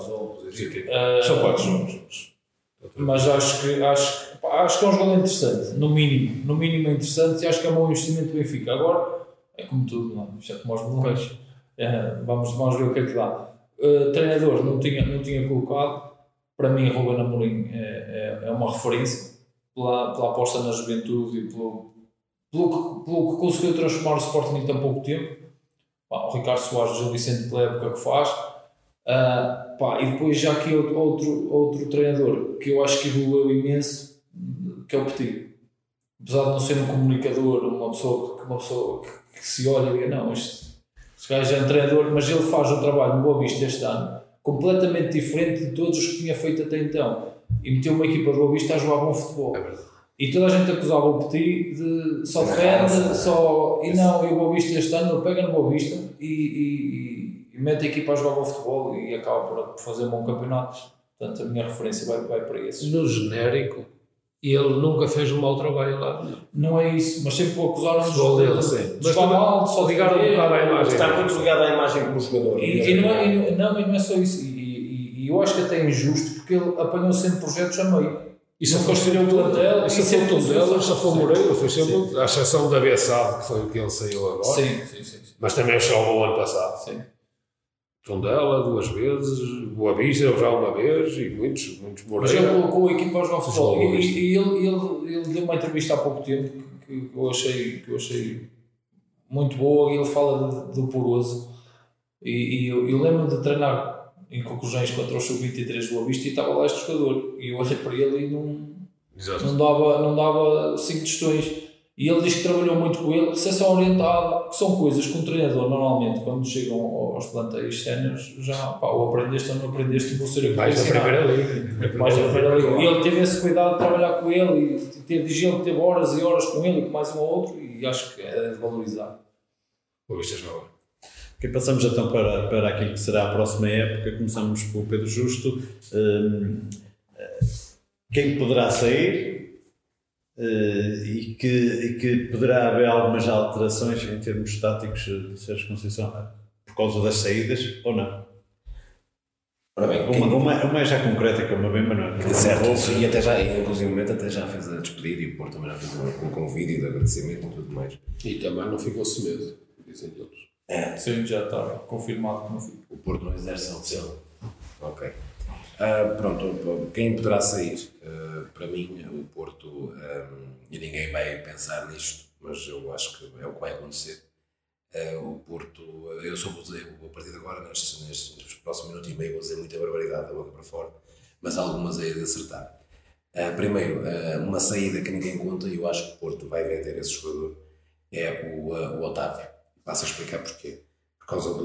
[SPEAKER 3] São 4 jogos.
[SPEAKER 4] Mas acho que é um jogador interessante, no mínimo é interessante, e acho que é um bom investimento do Benfica. Agora, é como tudo, não? Isto é como aos melões. Vamos ver o que é que dá. Treinador, não tinha colocado. Para mim, Ruben Amorim é uma referência pela aposta na juventude e pelo que conseguiu transformar o Sporting em tão pouco tempo. O Ricardo Soares, o Gil Vicente, pela época que faz. E depois já aqui outro treinador que eu acho que evoluiu imenso, que é o Petit. Apesar de não ser um comunicador, uma pessoa que se olha e diga, não, este gajo é um treinador, mas ele faz um trabalho no Boa Vista este ano completamente diferente de todos os que tinha feito até então, e meteu uma equipa do Boa Vista a jogar bom futebol. E toda a gente acusava o Petit de só defende, só... E não, e o Boa Vista este ano ele pega no Boa Vista e mete a equipa a jogar o futebol e acaba por fazer um bom campeonato. Portanto, a minha referência vai para esses.
[SPEAKER 3] No genérico, ele nunca fez um mau trabalho lá.
[SPEAKER 4] Não é isso, mas sempre o acusaram de
[SPEAKER 3] jogar mal,
[SPEAKER 4] só
[SPEAKER 3] ligar um bocado à imagem.
[SPEAKER 2] Está muito ligado à imagem como jogador.
[SPEAKER 4] E não é só isso. E eu acho que até é injusto porque ele apanhou sempre projetos a meio.
[SPEAKER 3] E se fosse o plantel, se foi o Tondela, se foi o Moreira, foi sempre, à exceção da Bessade, que foi o que ele saiu agora.
[SPEAKER 4] Sim.
[SPEAKER 3] Mas também salvou o ano passado.
[SPEAKER 4] Sim.
[SPEAKER 3] Tondela 2 vezes, Boa Vista já uma vez e muitos Moreira.
[SPEAKER 4] Mas ele colocou a equipa a jogar futebol e ele deu uma entrevista há pouco tempo que eu achei muito boa e ele fala do Poroso e eu lembro de treinar em Conclusões contra o Sub-23 do Boa Vista e estava lá este jogador e eu olhei para ele e não dava 5 tostões. E ele diz que trabalhou muito com ele, recepção orientada, que são coisas que um treinador normalmente, quando chegam aos plantéis séniores, já ou aprendeste ou não aprendeste, vou ser
[SPEAKER 3] mais da primeira liga.
[SPEAKER 4] Mais da primeira liga. E ele teve esse cuidado de trabalhar com ele, e diz ele que teve horas e horas com ele e com mais um ou outro, e acho que é de valorizar.
[SPEAKER 3] Boa Vista já agora.
[SPEAKER 1] Okay, passamos então para aquilo que será a próxima época. Começamos com o Pedro Justo. Quem poderá sair? E que poderá haver algumas alterações em termos táticos de Sérgio Conceição por causa das saídas ou não?
[SPEAKER 2] Ora bem,
[SPEAKER 1] uma é já concreta, que é uma bem, mas não é.
[SPEAKER 2] Certo, e inclusive até já fez a despedida e o Porto também já fez um vídeo de agradecimento e tudo mais.
[SPEAKER 3] E também não ficou Semedo, dizem eles.
[SPEAKER 4] Sim, já está confirmado que não fica.
[SPEAKER 2] O Porto não exerce a opção. Ok. Pronto, quem poderá sair? Para mim, o Porto, e ninguém vai pensar nisto, mas eu acho que é o que vai acontecer. O Porto, eu vou a partir de agora, nestes próximos minutos e meio, vou dizer muita barbaridade da boca para fora, mas algumas é de acertar. Primeiro, uma saída que ninguém conta, e eu acho que o Porto vai vender esse jogador, é o Otávio. Passo a explicar porquê. Por causa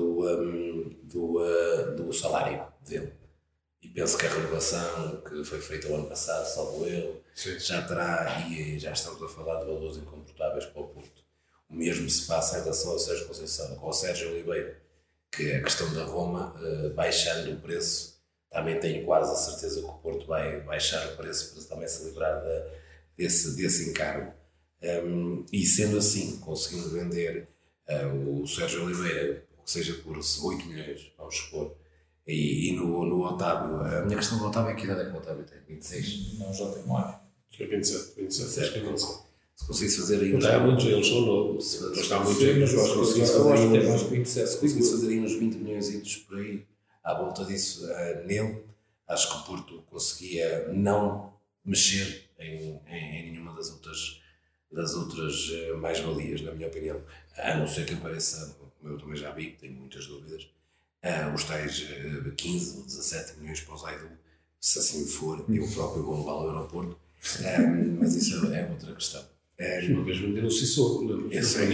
[SPEAKER 2] do salário dele. E penso que a renovação que foi feita o ano passado, salvo eu, já terá, e já estamos a falar de valores incomportáveis para o Porto. O mesmo se passa em relação ao Sérgio Conceição, ao Sérgio Oliveira, que a questão da Roma, baixando o preço, também tenho quase a certeza que o Porto vai baixar o preço para também se livrar desse encargo. E sendo assim, conseguindo vender o Sérgio Oliveira, que seja por 8 milhões, vamos supor, e no Otávio, a minha questão do Otávio é que idade é que o Otávio tem? 26?
[SPEAKER 4] Não, já tem mais.
[SPEAKER 3] Acho que é 27, acho que é 27.
[SPEAKER 2] Se conseguisse fazer aí uns...
[SPEAKER 3] Não, muitos, eles são novos. Está muito
[SPEAKER 4] Sim, mas eu acho que tem mais que 27.
[SPEAKER 2] Se conseguisse fazer aí uns 20 milhões por aí, à volta disso, nele, acho que o Porto conseguia não mexer em nenhuma das outras mais-valias, na minha opinião. A não ser que apareça, como eu também já vi, tenho muitas dúvidas, os tais 15 ou 17 milhões para o Zaidu, se assim for, eu próprio vou levá-lo ao aeroporto, mas isso é outra questão.
[SPEAKER 3] Uma vez venderam o Sissoko,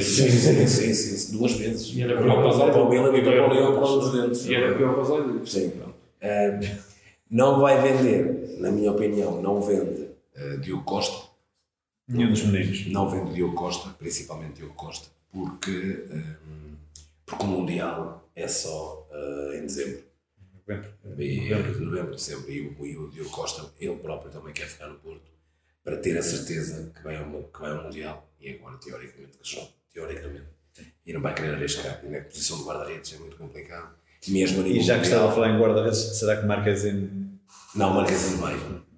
[SPEAKER 2] Sim, 2 vezes.
[SPEAKER 4] E era pior para
[SPEAKER 2] o Milan e para o Leão por causa dos dentes.
[SPEAKER 4] E era pior para o Zaidu.
[SPEAKER 2] Sim, pronto. Não vai vender, na minha opinião, não vende Diogo Costa.
[SPEAKER 1] Nenhum dos meninos.
[SPEAKER 2] Não vende Diogo Costa, principalmente Diogo Costa, porque o Mundial é só em dezembro. Novembro, dezembro. E o Diogo Costa, ele próprio também quer ficar no Porto para ter a certeza que vai ao Mundial. E agora, teoricamente, que joga. Teoricamente. E não vai querer arriscar. E na posição de guarda-redes é muito complicado. Mesmo a
[SPEAKER 1] e já que estava a falar em guarda-redes, será que Marquezine...
[SPEAKER 2] Não, Marquezine vai.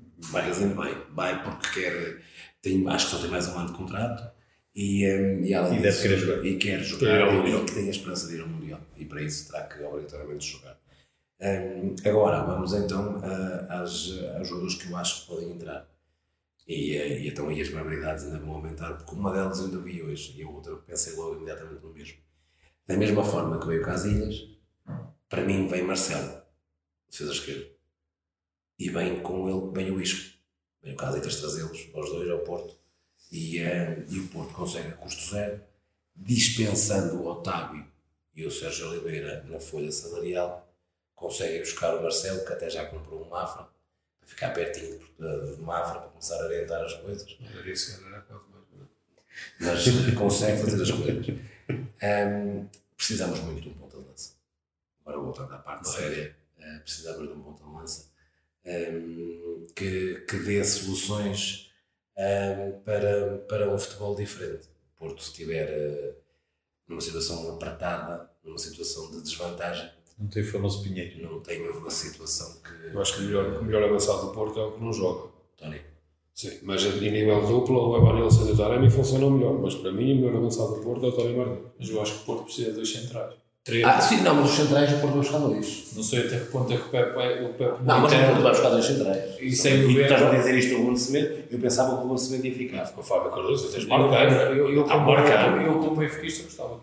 [SPEAKER 2] Vai porque quer... acho que só tem mais um ano de contrato. E além disso,
[SPEAKER 1] deve querer jogar.
[SPEAKER 2] E quer jogar. E que tem a esperança de ir ao Mundial. E para isso terá que obrigatoriamente jogar. Agora, vamos então aos jogadores que eu acho que podem entrar. E então aí as probabilidades ainda vão aumentar, porque uma delas eu ainda vi hoje e a outra pensei logo imediatamente no mesmo. Da mesma forma que veio Casillas, para mim vem Marcelo, defesa esquerda. E vem com ele, vem o Isco. Vem o Casillas trazê-los, aos dois, ao Porto. E o Porto consegue a custo zero, dispensando o Otávio e o Sérgio Oliveira na folha salarial, consegue buscar o Marcelo, que até já comprou um Mafra, ficar pertinho de Mafra para começar a orientar as coisas. Mas consegue fazer as coisas. Precisamos muito de um ponta de lança. Agora voltando à parte séria, precisamos de um ponta de lança que dê soluções para um futebol diferente. O Porto, se estiver numa situação apertada, numa situação de desvantagem,
[SPEAKER 1] não tem famoso Pinheiro.
[SPEAKER 2] Não tem uma situação que...
[SPEAKER 3] Eu acho que o melhor avançado do Porto é o que não joga.
[SPEAKER 2] Tony.
[SPEAKER 3] Sim, mas em nível duplo, o Evanilson e o Taremi funcionam melhor, mas para mim o melhor avançado do Porto é o Tony Martins.
[SPEAKER 4] Mas eu acho que o Porto precisa de 2 centrais.
[SPEAKER 3] 3.
[SPEAKER 2] Sim, não, mas os centrais o Porto vai buscar 2.
[SPEAKER 4] Não sei até que ponto é que o Pepe
[SPEAKER 2] não, mas o Porto vai buscar 2 centrais.
[SPEAKER 4] E sem o
[SPEAKER 2] tu estás a dizer isto ao Bruno Semedo, eu pensava que o Bruno Semedo ia ficar.
[SPEAKER 3] Com o Fábio Cardoso, tens
[SPEAKER 4] Marcano. Eu como benfiquista gostava.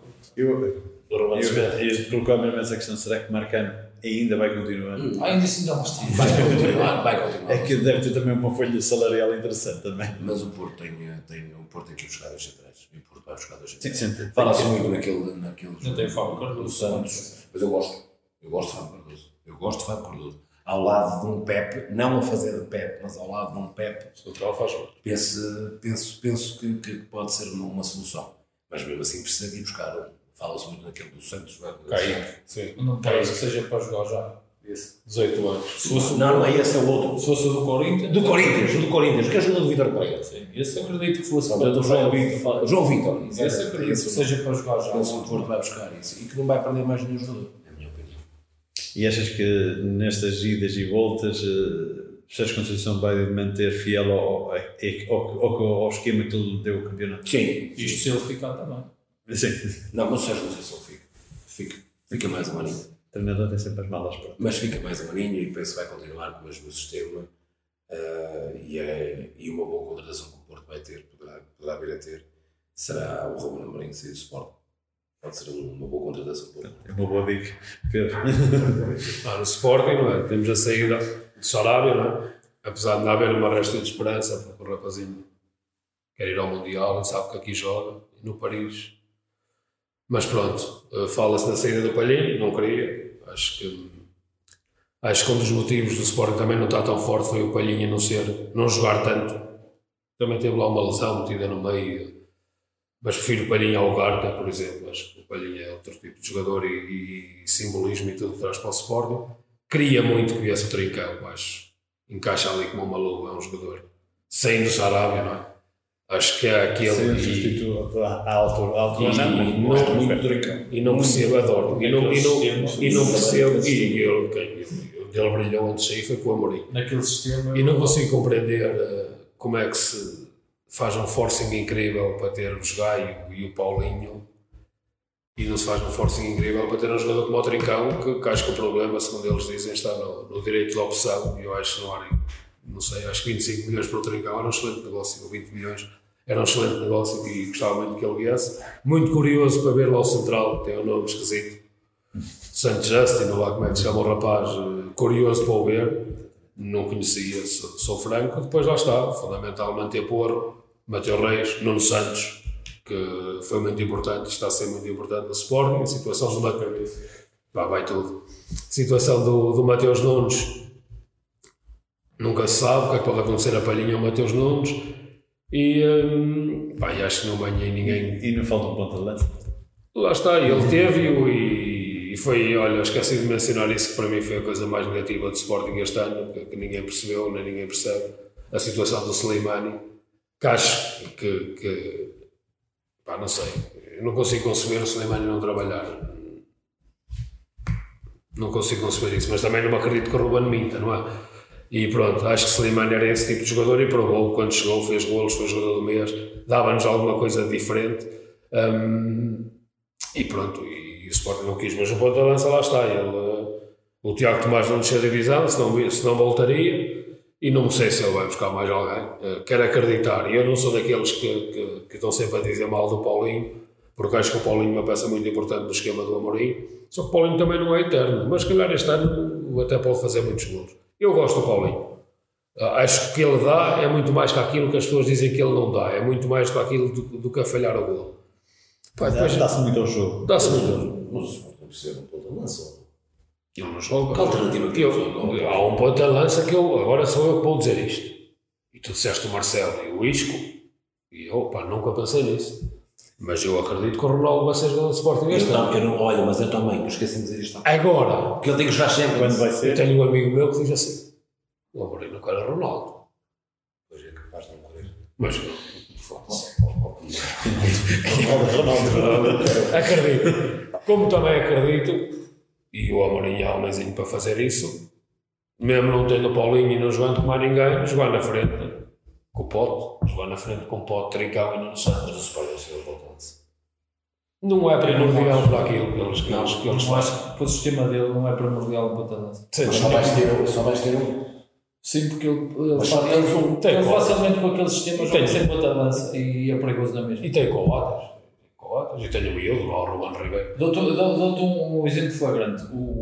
[SPEAKER 1] Eu colocar mesmo essa questão, será que Marcano ainda vai continuar?
[SPEAKER 4] Ainda assim não está.
[SPEAKER 2] Vai continuar.
[SPEAKER 1] É que deve ter também uma folha salarial interessante também.
[SPEAKER 2] Mas o Porto tem que ir buscar 2 centrais. E o Porto vai buscar 2 centrais.
[SPEAKER 1] Sim.
[SPEAKER 2] Fala-se muito naquele
[SPEAKER 4] não tem Fábio Cardoso.
[SPEAKER 2] Santos. Mas eu gosto de Fábio Cardoso. Ao lado de um Pepe, não a fazer de Pepe, mas ao lado de um Pepe, penso que pode ser uma solução. Mas mesmo assim precisa de ir buscar fala-se muito naquele do Santos.
[SPEAKER 3] Kaique, sim.
[SPEAKER 4] Não parece que seja para jogar já. Esse.
[SPEAKER 3] 18 anos.
[SPEAKER 2] Não é esse, é o outro.
[SPEAKER 4] Se fosse o do Corinthians.
[SPEAKER 2] Do Corinthians, que ajuda do Vitor Pereira.
[SPEAKER 4] Sim, esse acredito que fosse.
[SPEAKER 2] João Vitor.
[SPEAKER 4] Esse acredito que seja para jogar já.
[SPEAKER 2] Esse o Porto vai buscar isso. E que não vai perder mais nenhum jogador, na minha opinião.
[SPEAKER 1] E achas que nestas idas e voltas, Sérgio Conceição vai manter fiel ao esquema que ele deu o campeonato?
[SPEAKER 2] Sim.
[SPEAKER 4] Isto se ele ficar também.
[SPEAKER 1] Sim.
[SPEAKER 2] Não, mas o Sérgio Conceição fica mais um aninho.
[SPEAKER 1] O treinador tem sempre as malas prontas.
[SPEAKER 2] Mas fica mais um aninho e penso que vai continuar com o mesmo sistema e uma boa contratação que o Porto vai ter, poderá vir a ter, será o Ruben Amorim sair do Sport. Pode ser uma boa contratação.
[SPEAKER 1] É uma boa dica, Pedro.
[SPEAKER 3] No Sporting, não é? Temos a saída de Sarabia, não é? Apesar de não haver uma resta de esperança, porque o rapazinho quer ir ao Mundial e sabe que aqui joga, no Paris. Mas pronto, fala-se na saída do Palhinho, não queria. Acho que um dos motivos do Sporting também não estar tão forte foi o Palhinha não jogar tanto. Também teve lá uma lesão metida no meio, mas prefiro o Palhinha ao Ugarte, por exemplo. Acho que o Palhinha é outro tipo de jogador e simbolismo e tudo que traz para o Sporting. Queria muito que viesse o Trincão, acho. Encaixa ali como uma luva, é um jogador. Saindo do Sarabia, não é? Acho que é aquele
[SPEAKER 1] à altura
[SPEAKER 3] e não percebo, adoro e não percebo e ele brilhou antes de sair foi com o Amorim
[SPEAKER 4] naquele sistema
[SPEAKER 3] e não consigo compreender como é que se faz um forcing incrível para ter o Gaio e o Paulinho e não se faz um forcing incrível para ter um jogador como o Trincão que acho que o problema, segundo eles dizem, está no direito de opção e eu acho que não sei, acho que 25 milhões para o Trincão era um excelente negócio, ou 20 milhões era um excelente negócio e gostava muito que ele viesse. Muito curioso para ver lá o Central, tem um nome esquisito. St. Justin, ou lá como é que se chama o rapaz, curioso para o ver, não conhecia, sou franco. Depois lá está, fundamental manter Porro, Mateus Reis, Nuno Santos, que foi muito importante, está a ser muito importante no Sporting, a situação do Mateus, vai tudo. A situação do Mateus Nunes, nunca se sabe o que é que pode acontecer a Palhinha ao Mateus Nunes. E acho que não banhei ninguém.
[SPEAKER 1] E não falta um ponto de lança?
[SPEAKER 3] Lá está, ele teve e foi, olha, esqueci de mencionar isso, que para mim foi a coisa mais negativa do Sporting este ano, que ninguém percebeu, nem ninguém percebe, a situação do Slimani, que acho que não sei, eu não consigo conceber o Slimani não trabalhar. Não consigo conceber isso, mas também não me acredito que o Ruben minta, não é? E pronto, acho que Slimani era esse tipo de jogador e provou quando chegou, fez golos, foi jogador do mês, dava-nos alguma coisa diferente e pronto, e o Sporting não quis, mas o ponto de lança lá está, o Tiago Tomás não desceu a divisão, senão voltaria e não sei se ele vai buscar mais alguém, quero acreditar, e eu não sou daqueles que estão sempre a dizer mal do Paulinho, porque acho que o Paulinho é uma peça muito importante no esquema do Amorim, só que o Paulinho também não é eterno, mas se calhar este ano até pode fazer muitos golos. Eu gosto do Paulinho. Acho que o que ele dá é muito mais que aquilo que as pessoas dizem que ele não dá. É muito mais que aquilo do que a falhar o golo.
[SPEAKER 1] Dá-se muito ao jogo.
[SPEAKER 3] Dá-se muito ao jogo.
[SPEAKER 2] Mas não precisa de um ponto de lança.
[SPEAKER 3] Ele não joga.
[SPEAKER 2] Que alternativa que
[SPEAKER 3] eu, há um ponto de lança que eu, agora sou eu que vou dizer isto. E tu disseste o Marcelo e o Isco, e eu, nunca pensei nisso. Mas eu acredito que o Ronaldo vai ser jogador de Sporting este ano.
[SPEAKER 2] Olha, mas eu também, eu esqueci de dizer isto.
[SPEAKER 3] Agora,
[SPEAKER 2] porque ele tem que jogar sempre.
[SPEAKER 1] Quando vai ser?
[SPEAKER 3] Eu tenho um amigo meu que diz assim: o Amorim não quer Ronaldo.
[SPEAKER 2] Pois é capaz de não querer.
[SPEAKER 3] Mas acredito. Como também acredito, e o Amorim é homenzinho para fazer isso, mesmo não tendo o Paulinho e não jogando com mais ninguém, jogar na frente com o Pote, jogar na frente com o Pote, Trincão e Nuno Santos.
[SPEAKER 2] Mas o Sporting se eu volto antes.
[SPEAKER 3] Não é primordial para aquilo que eles
[SPEAKER 4] Eu
[SPEAKER 3] fazem.
[SPEAKER 4] acho que o sistema dele não é primordial no ponta de lança.
[SPEAKER 2] Mas só vais ter um.
[SPEAKER 4] Sim, porque ele
[SPEAKER 3] tem
[SPEAKER 4] facilmente com aquele sistema joga sem ponta de lança e é perigoso na mesma.
[SPEAKER 3] E tem coatas. E tem o miúdo, o Ruben Ribeiro.
[SPEAKER 4] Dou-te um exemplo flagrante.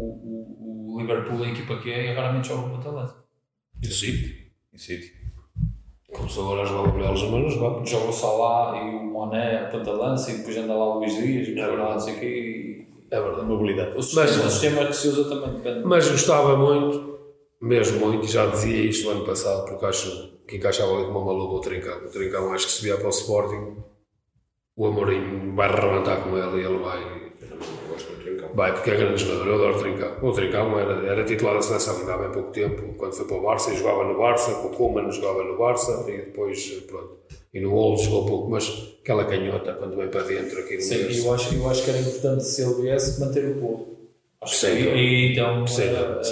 [SPEAKER 4] O Liverpool, a equipa que é, raramente joga ponta de lança.
[SPEAKER 3] E o City. Começou agora a jogar o Gabriel Jesus, mas não
[SPEAKER 4] Joga o Salah e o Mané a ponta de lança e depois anda lá o Luís Dias e não sei o quê.
[SPEAKER 3] é verdade.
[SPEAKER 1] Mobilidade.
[SPEAKER 4] O sistema que se usa também depende.
[SPEAKER 3] Mas gostava muito, mesmo muito, e já dizia isto no ano passado, porque acho que encaixava ali como uma luva o Trincão. O Trincão acho que se vier para o Sporting, o Amorim vai arrebentar com ele e ele vai.
[SPEAKER 2] Eu gosto do Trincão.
[SPEAKER 3] Vai, porque é grande jogador, eu adoro o Trincão. O Trincão era titular da seleção ainda há bem pouco tempo, quando foi para o Barça, e jogava no Barça, o Koeman jogava no Barça, e depois, pronto. E no Wolves jogou pouco, mas aquela canhota, quando vem para dentro aqui no
[SPEAKER 4] Sim, eu acho que era importante, se ele viesse, manter o povo. Acho que
[SPEAKER 3] Sim.
[SPEAKER 4] e então.
[SPEAKER 3] Sim.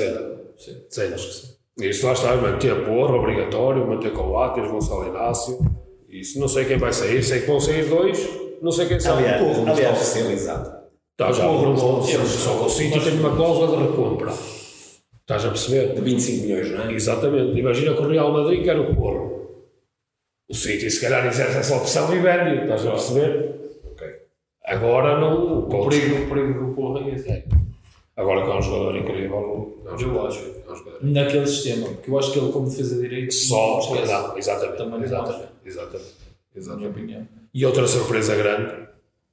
[SPEAKER 4] Acho que sim.
[SPEAKER 3] Isso lá está, manter porra, obrigatório, manter Coates, Gonçalo Inácio. Isso, não sei quem vai sair, sei que vão sair dois, não sei quem sai.
[SPEAKER 1] Aliás,
[SPEAKER 2] Não está oficializado.
[SPEAKER 3] Está já não vou só o City tem uma cláusula de recompra. Estás a perceber?
[SPEAKER 2] De 25 milhões, não é?
[SPEAKER 3] Exatamente. Imagina que o Real Madrid quer o Porro. O City se calhar exerce essa opção e vende. Estás a perceber?
[SPEAKER 2] Ok.
[SPEAKER 3] Agora não.
[SPEAKER 4] O perigo do Porro é esse.
[SPEAKER 3] Agora que é um jogador incrível.
[SPEAKER 4] Eu acho. Naquele sistema, porque eu acho que ele, como defesa direito,
[SPEAKER 3] Só.
[SPEAKER 4] esquece.
[SPEAKER 3] Não, exatamente.
[SPEAKER 4] Também na minha opinião.
[SPEAKER 3] E outra surpresa grande.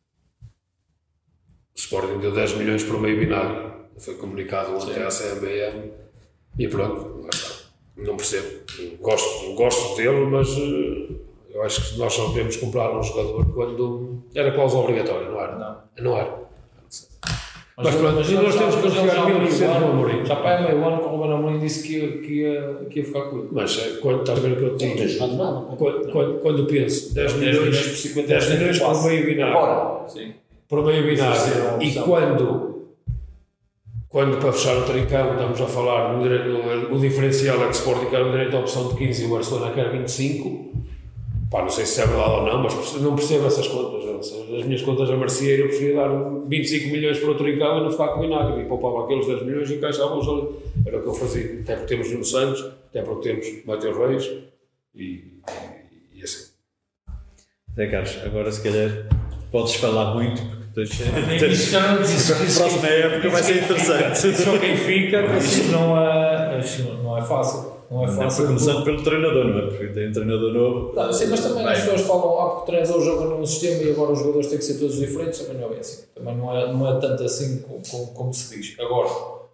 [SPEAKER 3] O Sporting deu 10 milhões por meio vinagre. Foi comunicado ontem à CMBM. E pronto, lá está. Não percebo. Gosto dele, mas eu acho que nós só devemos comprar um jogador quando era cláusula obrigatória, não era? Não era. Mas pronto, nós temos que confiar 1000% no Amorim.
[SPEAKER 4] Já para meio ano que o Ruben Amorim disse que ia ficar com ele.
[SPEAKER 3] Mas quando estás a ver o que eu te
[SPEAKER 2] Não tem
[SPEAKER 3] digo,
[SPEAKER 2] jogado nada.
[SPEAKER 3] quando penso 10 milhões
[SPEAKER 4] por 50
[SPEAKER 3] 10 milhões por meio vinagre.
[SPEAKER 2] Agora.
[SPEAKER 4] Sim.
[SPEAKER 3] Por meio vinagre. E
[SPEAKER 4] opção.
[SPEAKER 3] quando para fechar o Trincão estamos a falar o diferencial é que o Sporting quer um direito à opção de 15 e o Barcelona quer 25. Pá, não sei se é verdade ou não, mas não percebo essas contas. As minhas contas a Marcieiro, eu preferia dar 25 milhões para o Trincão e não ficar com vinagre. E poupava aqueles 10 milhões e encaixava-os ali. Era o que eu fazia. Até porque temos Nuno Santos, até porque temos Mateus Reis e assim.
[SPEAKER 1] Zé Carlos, agora se calhar podes falar muito, porque
[SPEAKER 4] Isso já não disse.
[SPEAKER 1] a próxima época vai ser interessante.
[SPEAKER 4] Só quem fica, isso não é fácil. Não é fácil.
[SPEAKER 1] Começando pelo treinador, não é? Porque tem um treinador novo.
[SPEAKER 4] Não, sim, mas também as pessoas falam porque o treinador joga num sistema e agora os jogadores têm que ser todos diferentes. Também não é bem assim. Também não é tanto assim como se diz. Agora,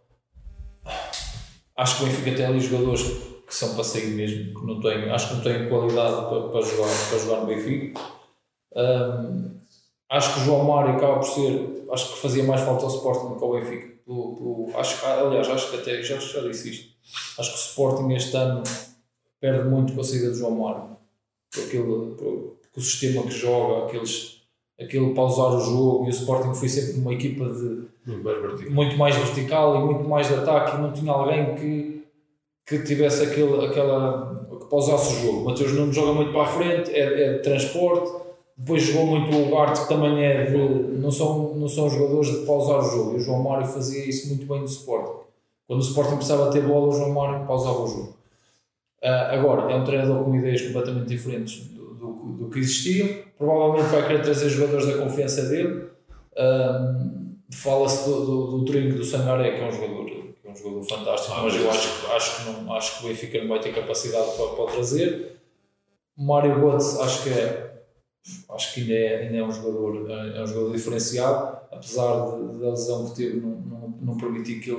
[SPEAKER 4] acho que o Benfica tem ali jogadores que são para sair mesmo, que não têm, acho que não têm qualidade para jogar no Benfica. Acho que o João Mário acaba por ser, acho que fazia mais falta ao Sporting do que ao Benfica. Aliás, acho que até já disse isto. Acho que o Sporting este ano perde muito com a saída do João Mário. Por o sistema que joga, aquele pausar o jogo, e o Sporting foi sempre uma equipa muito mais vertical e muito mais de ataque, e não tinha alguém que tivesse que pausasse o jogo. O Mateus Nunes joga muito para a frente, é de transporte. Depois jogou muito o Ugarte, que também não são jogadores de pausar o jogo. E o João Mário fazia isso muito bem no Sporting. Quando o Sporting precisava ter bola, o João Mário pausava o jogo. Agora, é um treinador com ideias completamente diferentes do que existiam. Provavelmente vai querer trazer jogadores da confiança dele. Fala-se do Trinco do Sangaré, que é um jogador fantástico, mas eu acho que o Benfica não vai ter capacidade para o trazer. Mário Götze, acho que ainda é um jogador diferenciado, apesar da lesão que teve, não permitir que ele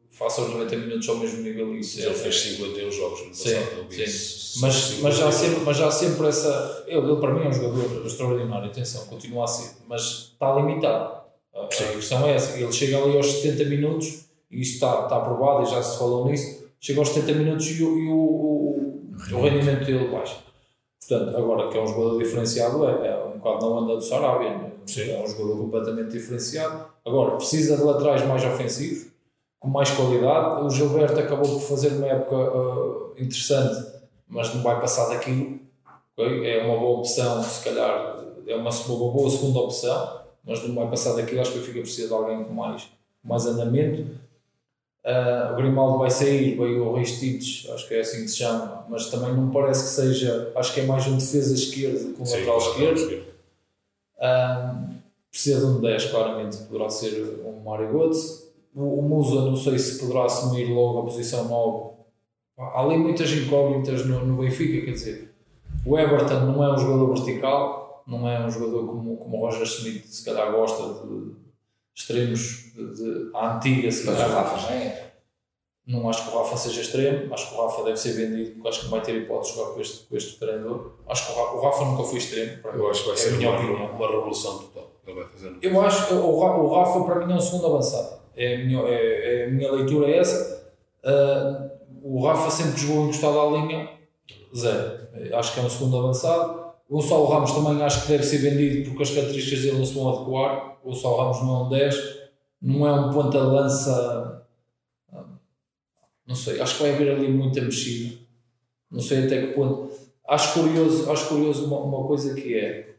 [SPEAKER 4] faça os 90 minutos ao mesmo nível. Isso
[SPEAKER 3] ele fez 51 jogos no passado.
[SPEAKER 4] Sim. Mas já sempre essa... Ele para mim é um jogador extraordinário, atenção, continua a ser, mas está limitado. A questão é essa, ele chega ali aos 70 minutos, e isso está aprovado, e já se falou nisso, chega aos 70 minutos e o rendimento dele baixa. Portanto, agora que é um jogador diferenciado, é um bocado na onda do Sarabia, né? É um jogador completamente diferenciado. Agora, precisa de laterais mais ofensivos, com mais qualidade. O Gilberto acabou por fazer uma época interessante, mas não vai passar daquilo. Okay? É uma boa opção, se calhar é uma boa segunda opção, mas não vai passar daquilo. Acho que fica precisa de alguém com mais andamento. O Grimaldo vai sair, veio o Ristites, acho que é assim que se chama, mas também não me parece que seja, acho que é mais um defesa esquerda que um lateral esquerdo. Precisa de um 10, claramente, poderá ser um Mário Götze. O Musa, não sei se poderá assumir logo a posição 9. Há ali muitas incógnitas no Benfica, quer dizer, o Everton não é um jogador vertical, não é um jogador como o Roger Schmidt se calhar gosta de extremos à antiga, se calhar.
[SPEAKER 2] Mas o Rafa já é.
[SPEAKER 4] Não acho que o Rafa seja extremo, acho que o Rafa deve ser vendido, porque acho que não vai ter hipótese de jogar com este treinador. Acho que o Rafa nunca foi extremo.
[SPEAKER 3] Eu acho que vai ser uma revolução total. Ele vai fazer.
[SPEAKER 4] Eu acho que o Rafa para mim é um segundo avançado. A minha leitura é essa. O Rafa sempre que jogou encostado à linha, zero. Acho que é um segundo avançado. O Gonçalo Ramos também acho que deve ser vendido porque as características dele não se vão adequar. O Gonçalo Ramos não é um 10, não é um ponta de lança. Não sei, acho que vai haver ali muita mexida. Não sei até que ponto. Acho curioso uma coisa que é.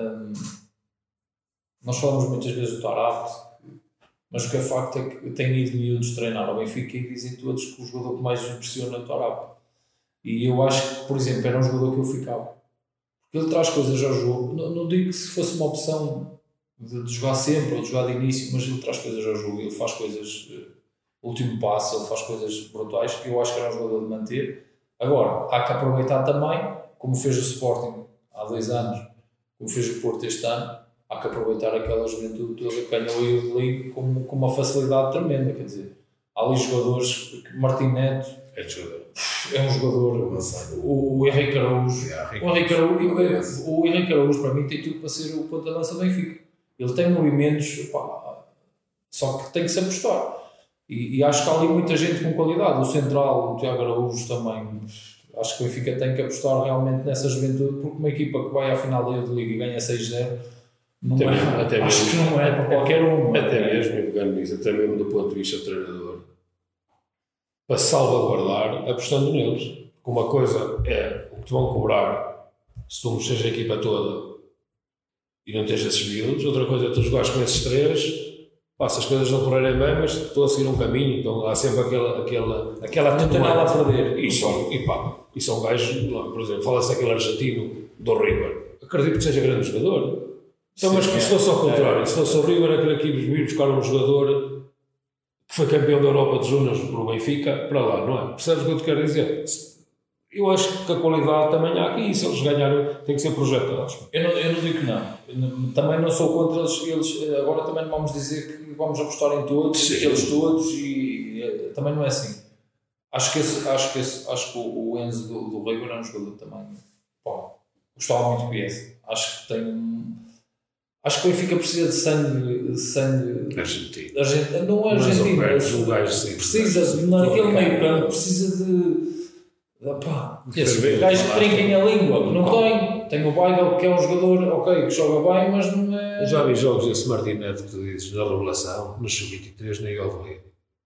[SPEAKER 4] Nós falamos muitas vezes do Tarapte, mas o que é facto é que tem ido miúdos treinar ao Benfica e dizem todos que o jogador que mais impressiona é o Tarapte. E eu acho que, por exemplo, era um jogador que eu ficava. Porque ele traz coisas ao jogo. Não digo que se fosse uma opção de jogar sempre ou de jogar de início, mas ele traz coisas ao jogo. Ele faz coisas. Último passo, ele faz coisas brutais. Eu acho que era um jogador de manter. Agora, há que aproveitar também, como fez o Sporting há 2 anos, como fez o Porto este ano, há que aproveitar aquela juventude toda que ganhou aí o Liga com uma facilidade tremenda. Quer dizer, há ali jogadores, Martim Neto é um jogador, o Henrique Araújo, o Henrique Araújo para mim tem tudo para ser o ponta de lança do Benfica. Ele tem movimentos, só que tem que se apostar. E acho que há ali muita gente com qualidade. O central, o Tiago Araújo também. Acho que o Benfica tem que apostar realmente nessa juventude, porque uma equipa que vai à final da Liga e ganha 6-0, acho que não é para qualquer um.
[SPEAKER 3] Até mesmo, pegando nisso, até mesmo do ponto de vista do treinador, para salvaguardar, apostando neles. Uma coisa é o que te vão cobrar se tu mexeres a equipa toda e não tens esses miúdos. Outra coisa é tu jogares com esses 3. Se as coisas não correrem bem, mas estou a seguir um caminho, então há sempre aquela
[SPEAKER 4] não tem nada a perder.
[SPEAKER 3] E são gajos, por exemplo, fala-se daquele argentino do River. Acredito que seja grande jogador. Então, mas se fosse ao contrário, se fosse o River, aquele aqui vir buscar um jogador que foi campeão da Europa de Júniors para o Benfica, para lá, não é? Percebes o que eu te quero dizer? Eu acho que a qualidade também há aqui, e se eles ganharem, tem que ser projetados.
[SPEAKER 4] Eu não digo que não. Também não sou contra eles. Agora também não vamos dizer que vamos apostar em todos, eles todos, e também não é assim. Acho que o Enzo do River é um jogador também. Gostava muito de Bielsa. Acho que o Benfica precisa de sangue
[SPEAKER 3] argentino.
[SPEAKER 4] Não é argentino. Precisa, naquele meio campo, precisa de. Gajos que trinquem a língua, que não tem o Weigl, que é um jogador que joga bem, mas não é.
[SPEAKER 3] Eu já vi jogos desse Martim Neto que tu dizes, na revelação, no Sub-23, na Iodolê.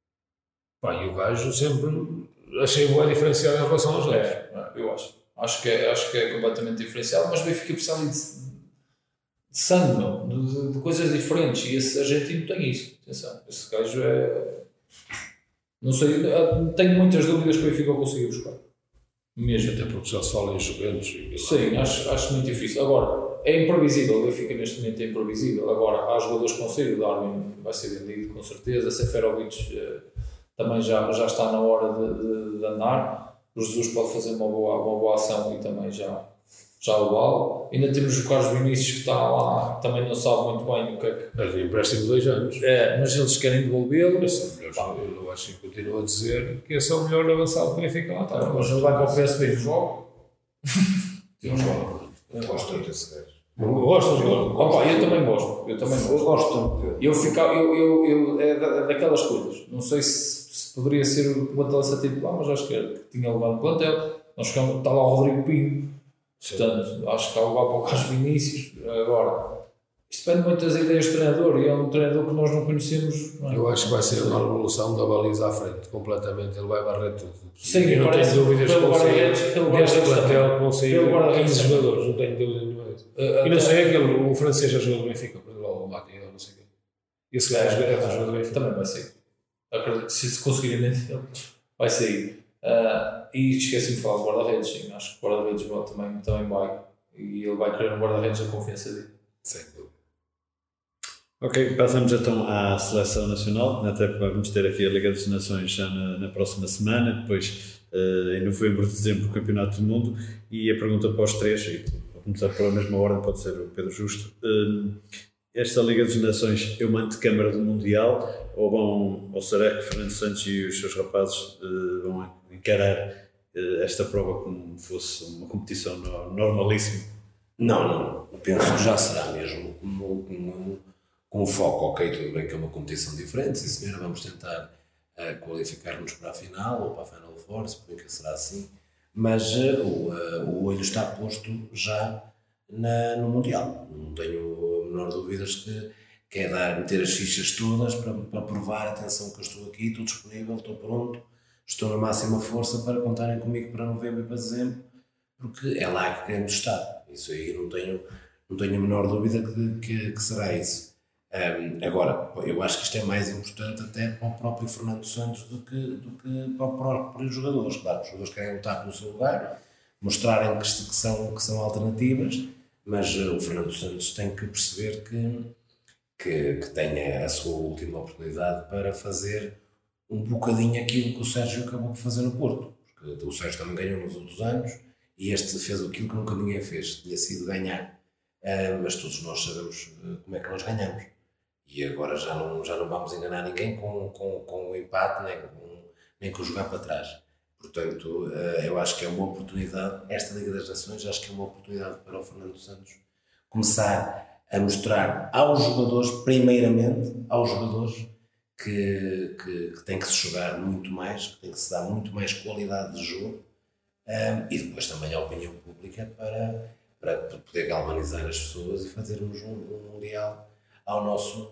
[SPEAKER 3] E o gajo sempre achei boa diferenciado em relação aos outros.
[SPEAKER 4] Eu acho que é completamente diferenciado, mas o Benfica precisa ali de sangue, de coisas diferentes, e esse argentino tem isso. Atenção, esse gajo é. Não sei, tenho muitas dúvidas que o Benfica conseguiu buscar. Mesmo.
[SPEAKER 3] Até porque já se fala em Juventus.
[SPEAKER 4] Sim, acho muito difícil. Agora, é imprevisível, o Benfica neste momento é imprevisível. Agora, há jogadores que conseguem, o Darwin vai ser vendido com certeza, Seferovic também já está na hora de andar. O Jesus pode fazer uma boa ação e também já já o vale. Ainda temos o Carlos Vinícius que está lá, também não sabe muito bem o que é que...
[SPEAKER 3] Mas de empréstimo de 2 anos.
[SPEAKER 4] Mas eles querem devolvê-lo.
[SPEAKER 3] Eu acho que continuo a dizer que esse é o melhor avançado que o Benfica lá está.
[SPEAKER 4] Mas ele vai para o PSV e joga.
[SPEAKER 2] Eu gosto muito desse gajo.
[SPEAKER 4] Gostas? Eu também gosto. Eu gosto. É daquelas coisas. Não sei se poderia ser o plantel titular, mas acho que tinha levado no plantel. Nós ficamos, está lá o Rodrigo Pinho. Portanto, acho que há lugar para o Carlos Vinícius. Agora, isto depende muito das ideias do treinador, e é um treinador que nós não conhecemos. Não é?
[SPEAKER 3] Eu acho que vai ser uma revolução da baliza à frente, completamente. Ele vai barrer tudo.
[SPEAKER 4] Sim,
[SPEAKER 3] eu não tenho dúvidas que neste plantel vão sair 15 jogadores, não tenho dúvida nenhuma disso. E não sei, o francês já jogou do Benfica, o Mati, não sei o quê. Esse gajo é da jogador do Benfica.
[SPEAKER 4] Também vai sair. Acredito que se conseguirem dentro, vai sair. E esqueci-me de falar do guarda-redes, sim. Acho que o guarda-redes também vai. E ele vai querer no guarda-redes a confiança dele.
[SPEAKER 3] Sem dúvida.
[SPEAKER 1] Ok, passamos então à Seleção Nacional, até porque vamos ter aqui a Liga das Nações já na próxima semana, depois em novembro, dezembro, o Campeonato do Mundo, e a pergunta para os três, e para começar pela mesma ordem, pode ser o Pedro Justo. Esta Liga das Nações é uma antecâmara do Mundial, ou será que Fernando Santos e os seus rapazes vão encarar esta prova como fosse uma competição normalíssima?
[SPEAKER 2] Não, penso que já será mesmo com o foco, ok, tudo bem que é uma competição diferente, sim senhora, vamos tentar qualificar-nos para a final ou para a Final Four, se bem que será assim, mas o olho está posto já no Mundial. Não tenho a menor dúvidas que é meter as fichas todas para provar, atenção que eu estou aqui, estou disponível, estou pronto, estou na máxima força para contarem comigo para novembro e para dezembro, porque é lá que queremos estar. Isso aí não tenho a menor dúvida que será isso. Agora, eu acho que isto é mais importante até para o próprio Fernando Santos do que para os próprios jogadores. Claro, os jogadores querem lutar pelo seu lugar, mostrarem que são alternativas, mas o Fernando Santos tem que perceber que tenha a sua última oportunidade para fazer um bocadinho aquilo que o Sérgio acabou por fazer no Porto. Porque o Sérgio também ganhou nos outros anos e este fez aquilo que nunca ninguém fez, tinha sido ganhar. Mas todos nós sabemos como é que nós ganhamos. E agora já não vamos enganar ninguém com o empate, nem com o jogar para trás. Portanto, eu acho que é uma oportunidade, esta Liga das Nações, acho que é uma oportunidade para o Fernando Santos começar a mostrar aos jogadores, primeiramente, aos jogadores, que tem que se jogar muito mais, que tem que se dar muito mais qualidade de jogo, e depois também a opinião pública para poder galvanizar as pessoas e fazermos um Mundial ao nosso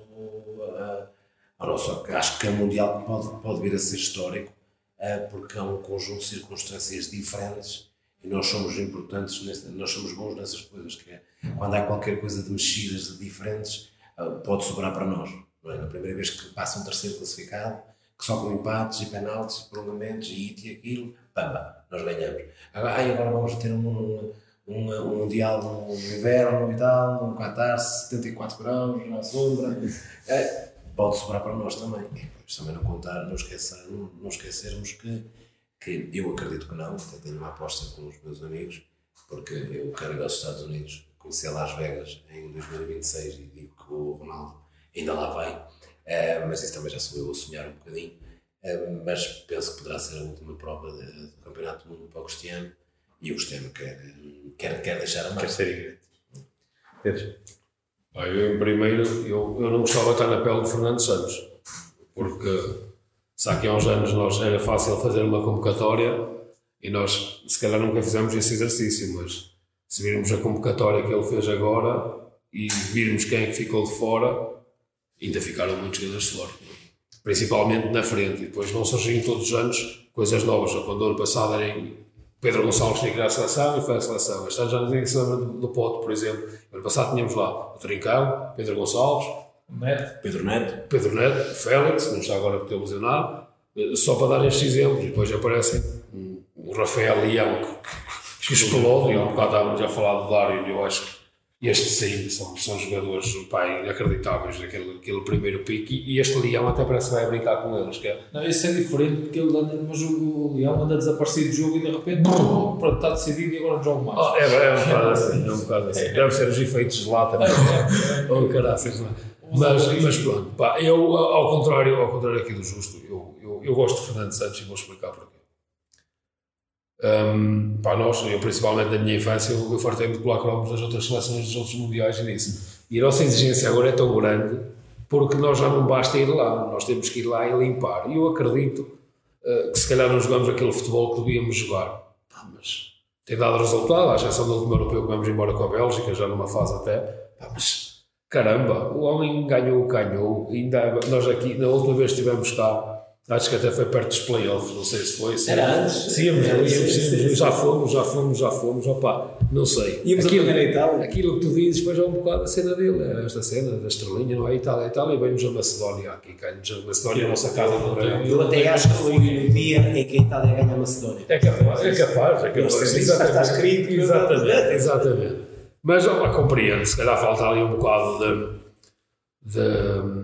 [SPEAKER 2] acho que é um Mundial que pode vir a ser histórico, porque é um conjunto de circunstâncias diferentes e nós somos importantes, nós somos bons nessas coisas, que é quando há qualquer coisa de mexidas diferentes, pode sobrar para nós. Não é? Na primeira vez que passa um terceiro classificado, que só com empates e penaltis e prolongamentos e aquilo, pamba, nós ganhamos. Agora vamos ter um Mundial no inverno e tal, no Qatar, 74 graus, na sombra, pode sobrar para nós também. E depois também não esquecermos que eu acredito que não, até tenho uma aposta com os meus amigos, porque eu quero ir aos Estados Unidos, conhecer Las Vegas em 2026 e digo que o Ronaldo ainda lá vai, mas isso também já sou eu a sonhar um bocadinho, mas penso que poderá ser a última prova do Campeonato do Mundo para o Cristiano. E o Cristiano quer deixar a marca.
[SPEAKER 1] Quer ser Pedro?
[SPEAKER 3] Eu, em primeiro, eu não gostava de estar na pele do Fernando Santos, porque se aqui há uns anos era fácil fazer uma convocatória e nós, se calhar, nunca fizemos esse exercício, mas se virmos a convocatória que ele fez agora e virmos quem é que ficou de fora, ainda ficaram muitos jogadores de fora, principalmente na frente. E depois não surgem todos os anos coisas novas. Quando o ano passado era Pedro Gonçalves tinha que ir à seleção e foi à seleção. Este ano já ninguém se lembra do Pote, por exemplo. No ano passado tínhamos lá o Trincão, Pedro Gonçalves,
[SPEAKER 2] Pedro Neto,
[SPEAKER 3] Félix, não está agora porque é lesionado, só para dar estes exemplos. E depois aparecem o Rafael Leão, que explode, e há um bocado estávamos a falar do Dário, e eu acho Este sim, são jogadores, pá, inacreditáveis, aquele primeiro pique, e este Leão até parece que vai brincar com eles. Que é...
[SPEAKER 4] Não, esse é diferente, porque ele anda, mas o Leão anda desaparecido do jogo e de repente pronto, está decidido e agora não joga mais.
[SPEAKER 3] É um bocado assim, é um bocado assim. Deve ser os efeitos de lá também. Ou caraças, não é? Mas pronto, pá, eu, ao contrário aqui do Justo, eu gosto de Fernando Santos e vou explicar porquê. Pá, eu principalmente na minha infância, eu fartei-me de colar cromos das outras seleções dos outros mundiais e nisso. E a nossa exigência agora é tão grande porque nós já não basta ir lá, nós temos que ir lá e limpar. E eu acredito que se calhar não jogamos aquele futebol que devíamos jogar. Pá, mas tem dado resultado, à exceção do último europeu que vamos embora com a Bélgica, já numa fase até. Pá, mas caramba, o homem ganhou. Ainda nós aqui, na última vez que estivemos cá, acho que até foi perto dos playoffs, não sei se foi.
[SPEAKER 2] Era antes?
[SPEAKER 3] Sim, já fomos, opá, não sei.
[SPEAKER 2] Íamos a pegar a Itália.
[SPEAKER 3] Aquilo que tu dizes, depois é um bocado a cena dele, esta cena da estrelinha, não é? Itália, e vem-nos a Macedónia aqui, cai-nos a Macedónia, a nossa casa do Rei.
[SPEAKER 2] Eu até acho que foi no dia em que a Itália ganha a Macedónia.
[SPEAKER 3] É capaz.
[SPEAKER 2] Está escrito.
[SPEAKER 3] Exatamente. Mas, compreendo, se calhar falta ali um bocado de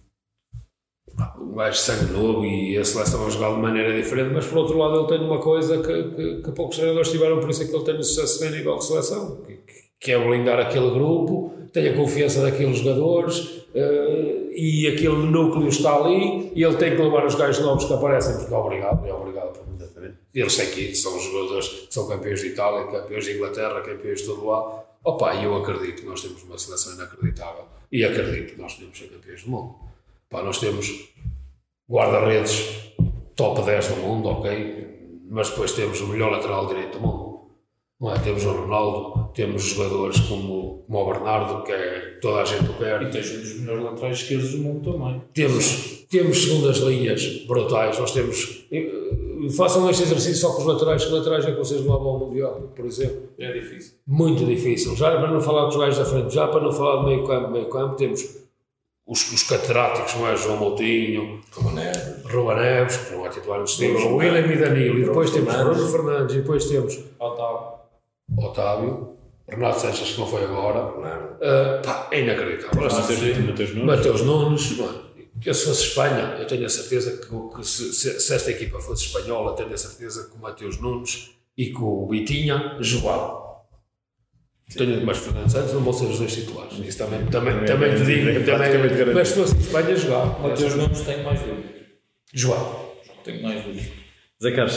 [SPEAKER 3] um gajo de sangue novo e a seleção a jogar de maneira diferente, mas por outro lado ele tem uma coisa que poucos treinadores tiveram, por isso é que ele tem o sucesso a nível de seleção, que é blindar aquele grupo, tem a confiança daqueles jogadores e aquele núcleo está ali e ele tem que levar os gajos novos que aparecem, porque é obrigado por eles têm que ir, são os jogadores que são campeões de Itália, campeões de Inglaterra, campeões de todo lado. Opa, eu acredito que nós temos uma seleção inacreditável e acredito que nós podemos ser campeões do mundo. Pá, nós temos guarda-redes top 10 do mundo, ok, mas depois temos o melhor lateral direito do mundo, não é? Temos o Ronaldo, temos jogadores como o Bernardo, que toda a gente o quer.
[SPEAKER 4] E tens um dos melhores laterais esquerdos do mundo também.
[SPEAKER 3] Temos segundas linhas brutais, nós temos... Façam este exercício só com os laterais, que laterais é que vocês levam ao Mundial, por exemplo.
[SPEAKER 4] É difícil.
[SPEAKER 3] Muito difícil. Já para não falar dos gajos da frente, já para não falar do meio campo, temos os catedráticos, não é? João Moutinho, Ruben Neves, que não é titular no Setúbal, William e Danilo, e depois temos Bruno Fernandes, e depois temos Otávio, Renato Sanches, que não foi agora. É inacreditável. Mateus Nunes. Que se fosse Espanha, eu tenho a certeza que se esta equipa fosse espanhola, tenho a certeza que o Mateus Nunes e que o Vitinha jogavam. Mas Fernando Santos não vão ser os dois titulares. Isso também te digo. Mas se fosse Espanha, jogava.
[SPEAKER 4] Mateus Nunes tem mais dúvidas.
[SPEAKER 3] Jogava.
[SPEAKER 4] Tenho mais dúvidas.
[SPEAKER 1] Zé Carlos.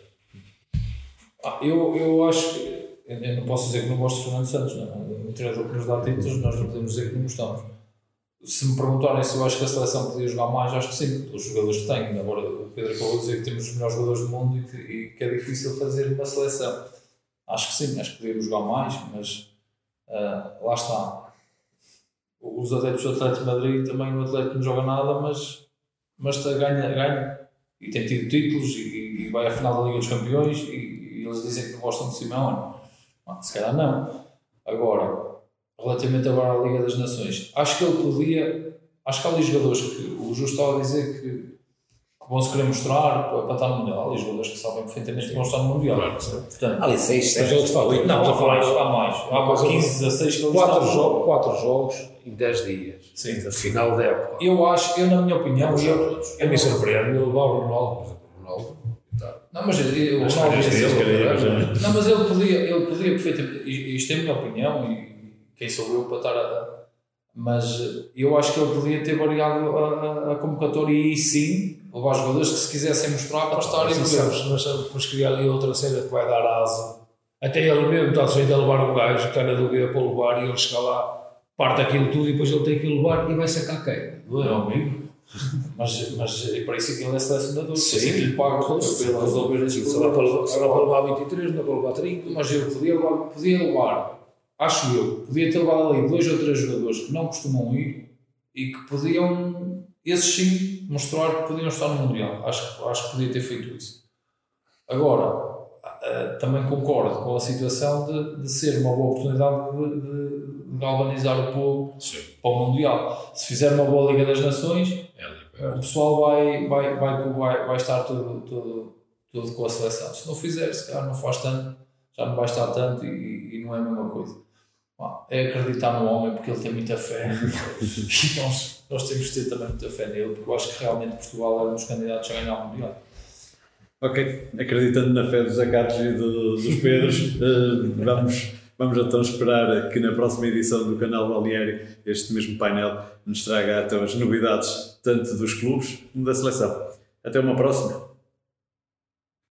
[SPEAKER 4] Eu acho que. Eu não posso dizer que não gosto de Fernando Santos, não. Um treinador que nos dá títulos, nós não podemos dizer que não gostamos. Se me perguntarem se eu acho que a seleção podia jogar mais, acho que sim, pelos jogadores que tem. Agora, o Pedro acabou de dizer que temos os melhores jogadores do mundo e que é difícil fazer uma seleção. Acho que sim, acho que podíamos jogar mais, mas lá está. Os adeptos do Atlético de Madrid, também o Atlético não joga nada, mas ganha. E tem tido títulos e vai à final da Liga dos Campeões e eles dizem que não gostam de Simeone. Se calhar não. Agora, relativamente agora à Liga das Nações, acho que ele podia, acho que há ali jogadores que o Justo estava a dizer que vão se querer mostrar para estar no Mundial, há ali jogadores que sabem perfeitamente que vão estar no Mundial. Portanto,
[SPEAKER 2] há ali 6, 7
[SPEAKER 3] jogos de fato.
[SPEAKER 4] Não, há mais. Há 15, 16 que eles
[SPEAKER 3] 4 jogos em 10 dias.
[SPEAKER 4] Sim.
[SPEAKER 3] Final da época.
[SPEAKER 4] Eu na minha opinião,
[SPEAKER 3] eu me surpreendo de levar o Ronaldo.
[SPEAKER 4] Não, mas ele podia perfeitamente, isto é a minha opinião e quem sou eu para estar a... Mas eu acho que ele podia ter variado a convocatória e aí sim levar os jogadores que se quisessem mostrar para estarem no
[SPEAKER 3] campo. Mas depois criar ali outra cena que vai dar asa. Até ele mesmo está sujeito a levar um gajo que está na dúvida para levar e ele chega lá, parte aquilo tudo e depois ele tem que levar e vai sacar quem?
[SPEAKER 4] Não é amigo? Mas é para isso que ele é selecionador. Sim, que lhe paga para ele resolver esses problemas.
[SPEAKER 3] Será para levar 23, não é para levar 30.
[SPEAKER 4] Mas ele podia levar. Acho eu, podia ter levado ali 2 ou 3 jogadores que não costumam ir e que podiam, esses sim, mostrar que podiam estar no Mundial. Acho que podia ter feito isso. Agora, também concordo com a situação de ser uma boa oportunidade de galvanizar o povo para o Mundial. Se fizer uma boa Liga das Nações, o pessoal vai estar tudo com a seleção. Se não fizer, se calhar não faz tanto, já não vai estar tanto e não é a mesma coisa. É acreditar no homem porque ele tem muita fé e nós temos de ter também muita fé nele, porque eu acho que realmente Portugal é um dos candidatos a ganhar o Mundial.
[SPEAKER 1] Ok, acreditando na fé dos Acatos e dos Pedros, vamos então esperar que na próxima edição do Canal Balneário este mesmo painel nos traga então as novidades tanto dos clubes como da seleção. Até uma próxima.